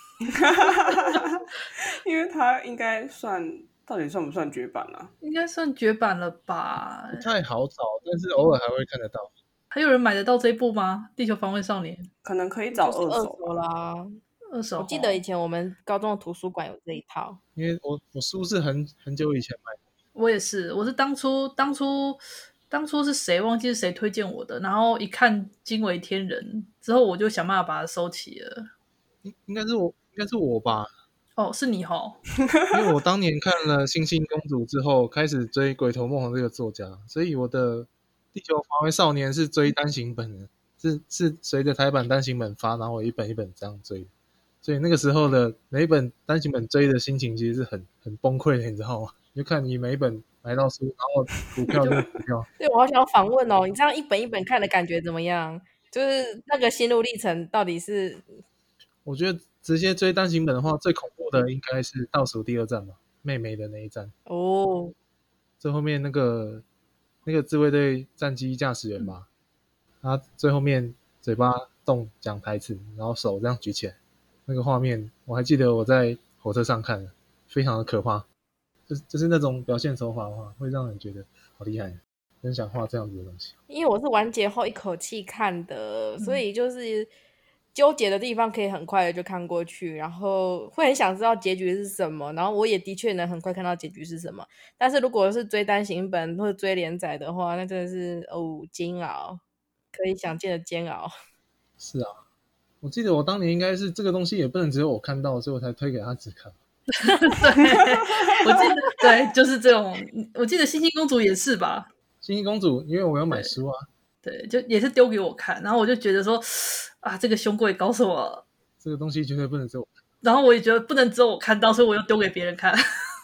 Speaker 4: 因为它应该算到底算不算绝版啊？
Speaker 2: 应该算绝版了吧？
Speaker 5: 不太好找，但是偶尔还会看得到。
Speaker 2: 还有人买得到这部吗？《地球防卫少年》
Speaker 4: 可能可以找
Speaker 3: 就是二
Speaker 4: 二手吧。
Speaker 3: 手啦。
Speaker 2: 二手，
Speaker 3: 我记得以前我们高中的图书馆有这一套。
Speaker 5: 因为我我书是很很久以前买的。
Speaker 2: 我也是，我是当初当初当初是谁忘记是谁推荐我的，然后一看惊为天人，之后我就想办法把它收起了。
Speaker 5: 应应该是我，应该是我吧。
Speaker 2: 哦，是你吼。
Speaker 5: 因为我当年看了《星星公主》之后，开始追鬼头梦红这个作家，所以我的《地球防卫少年》是追单行本的，是是随着台版单行本发，然后我一本一本这样追。所以那个时候的每一本单行本追的心情其实是很很崩溃的，你知道吗？就看你每一本买到书，然后股票就是股票。
Speaker 3: 对，我好想访问哦，你这样一本一本看的感觉怎么样？就是那个心路历程到底是？
Speaker 5: 我觉得直接追单行本的话，最恐怖的应该是倒数第二站吧，妹妹的那一站。
Speaker 3: 哦，
Speaker 5: 最后面那个那个自卫队战机驾驶员吧，他最后面嘴巴动讲台词，然后手这样举起来，那个画面我还记得我在火车上看了，非常的可怕。就是就是那种表现手法的话，会让人觉得好厉害，很想画这样子的东西。
Speaker 3: 因为我是完结后一口气看的，所以就是纠结的地方可以很快的就看过去，然后会很想知道结局是什么，然后我也的确能很快看到结局是什么。但是如果是追单行本或者追连载的话，那真的是哦煎熬，可以想见的煎熬。
Speaker 5: 是啊，我记得我当年应该是这个东西也不能只有我看到，所以我才推给他只看。
Speaker 2: 对，我记得对，就是这种。我记得星星公主也是吧？
Speaker 5: 星星公主，因为我有买书啊。
Speaker 2: 对，就也是丢给我看，然后我就觉得说啊，这个凶鬼搞什么？
Speaker 5: 这个东西绝对不能只有我看。
Speaker 2: 然后我也觉得不能只有我看到，所以我又丢给别人看。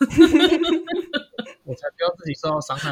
Speaker 5: 我才不要自己受到伤害。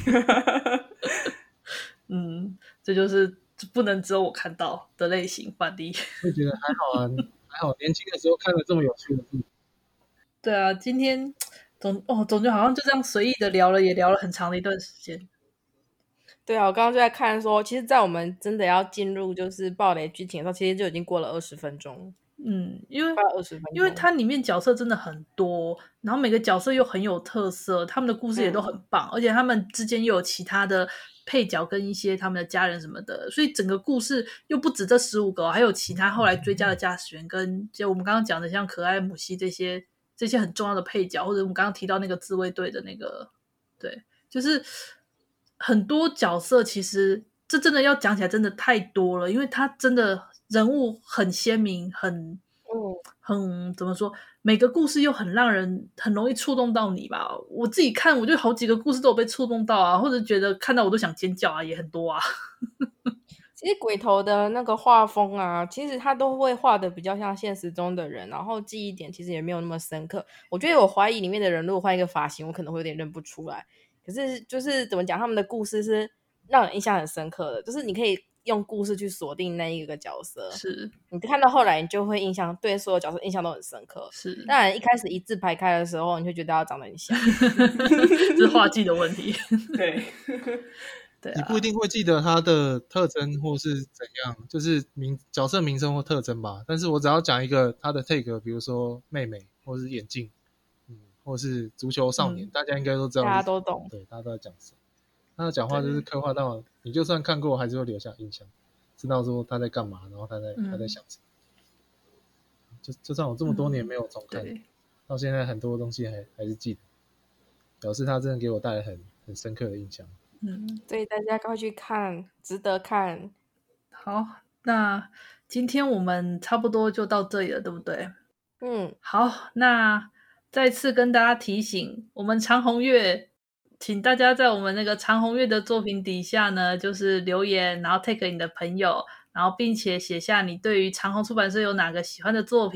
Speaker 2: 嗯，这就是不能只有我看到的类型范例。
Speaker 5: 会觉得还好啊，还好年轻的时候看了这么有趣的事。
Speaker 2: 对啊，今天总哦，总觉得好像就这样随意的聊了，也聊了很长的一段时间。
Speaker 3: 对啊，我刚刚就在看说，其实在我们真的要进入就是爆雷剧情的时候，其实就已经过了二十分钟。
Speaker 2: 嗯，因为
Speaker 3: 快二十分钟，
Speaker 2: 因为它里面角色真的很多，然后每个角色又很有特色，他们的故事也都很棒，嗯、而且他们之间又有其他的配角跟一些他们的家人什么的，所以整个故事又不止这十五个、哦，还有其他后来追加的驾驶员跟就我们刚刚讲的像可爱母系这些这些很重要的配角，或者我们刚刚提到那个自卫队的那个，对，就是很多角色其实这真的要讲起来真的太多了，因为他真的人物很鲜明，很
Speaker 3: 嗯
Speaker 2: 很怎么说，每个故事又很让人很容易触动到你吧。我自己看我就好几个故事都有被触动到啊，或者觉得看到我都想尖叫啊，也很多啊。
Speaker 3: 其实鬼头的那个画风啊，其实他都会画的比较像现实中的人，然后记忆点其实也没有那么深刻。我觉得我怀疑里面的人如果换一个发型，我可能会有点认不出来。可是就是怎么讲，他们的故事是让人印象很深刻的，就是你可以用故事去锁定那一个角色，
Speaker 2: 是
Speaker 3: 你看到后来你就会印象对所有角色印象都很深刻。
Speaker 2: 是，
Speaker 3: 当然一开始一字排开的时候，你会觉得他长得很像，
Speaker 2: 这是画技的问题。
Speaker 4: 对。
Speaker 2: 对啊，
Speaker 5: 你不一定会记得他的特征或是怎样，就是名角色名称或特征吧。但是我只要讲一个他的 take， 比如说妹妹，或是眼镜，嗯，或是足球少年，嗯、大家应该都知道，
Speaker 3: 大家都懂。
Speaker 5: 对，大家都在讲什么。他的讲话就是刻画到，你就算看过，还是会留下印象，知道说他在干嘛，然后他在、嗯、他在想什么。就就算我这么多年没有重看，嗯、到现在很多东西还还是记得，表示他真的给我带来很很深刻的印象。
Speaker 3: 嗯，所以大家快去看，值得看。
Speaker 2: 好，那今天我们差不多就到这里了，对不对？
Speaker 3: 嗯，
Speaker 2: 好，那再次跟大家提醒，我们长虹月，请大家在我们那个长虹月的作品底下呢，就是留言，然后 tag 你的朋友，然后并且写下你对于长虹出版社有哪个喜欢的作品，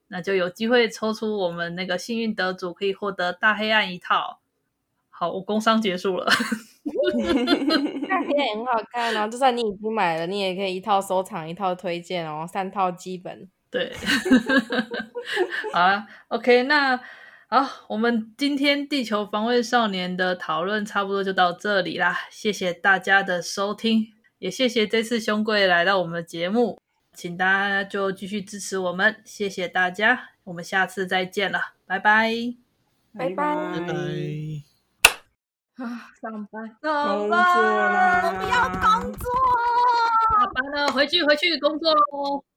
Speaker 2: 那就有机会抽出我们那个幸运得主，可以获得大黑暗一套。好，我工商结束了。
Speaker 3: 大黑暗很好看哦，就算你已经买了，你也可以一套收藏，一套推荐哦，三套基本。
Speaker 2: 对，好了 ，OK， 那好，我们今天地球防卫少年的讨论差不多就到这里啦，谢谢大家的收听，也谢谢这次兄贵来到我们的节目，请大家就继续支持我们，谢谢大家，我们下次再见了，拜拜，
Speaker 3: 拜拜
Speaker 5: 拜拜。
Speaker 2: 啊，上班，
Speaker 4: 工作啦，
Speaker 1: 不要工作。
Speaker 2: 下班了，回去回去工作喽。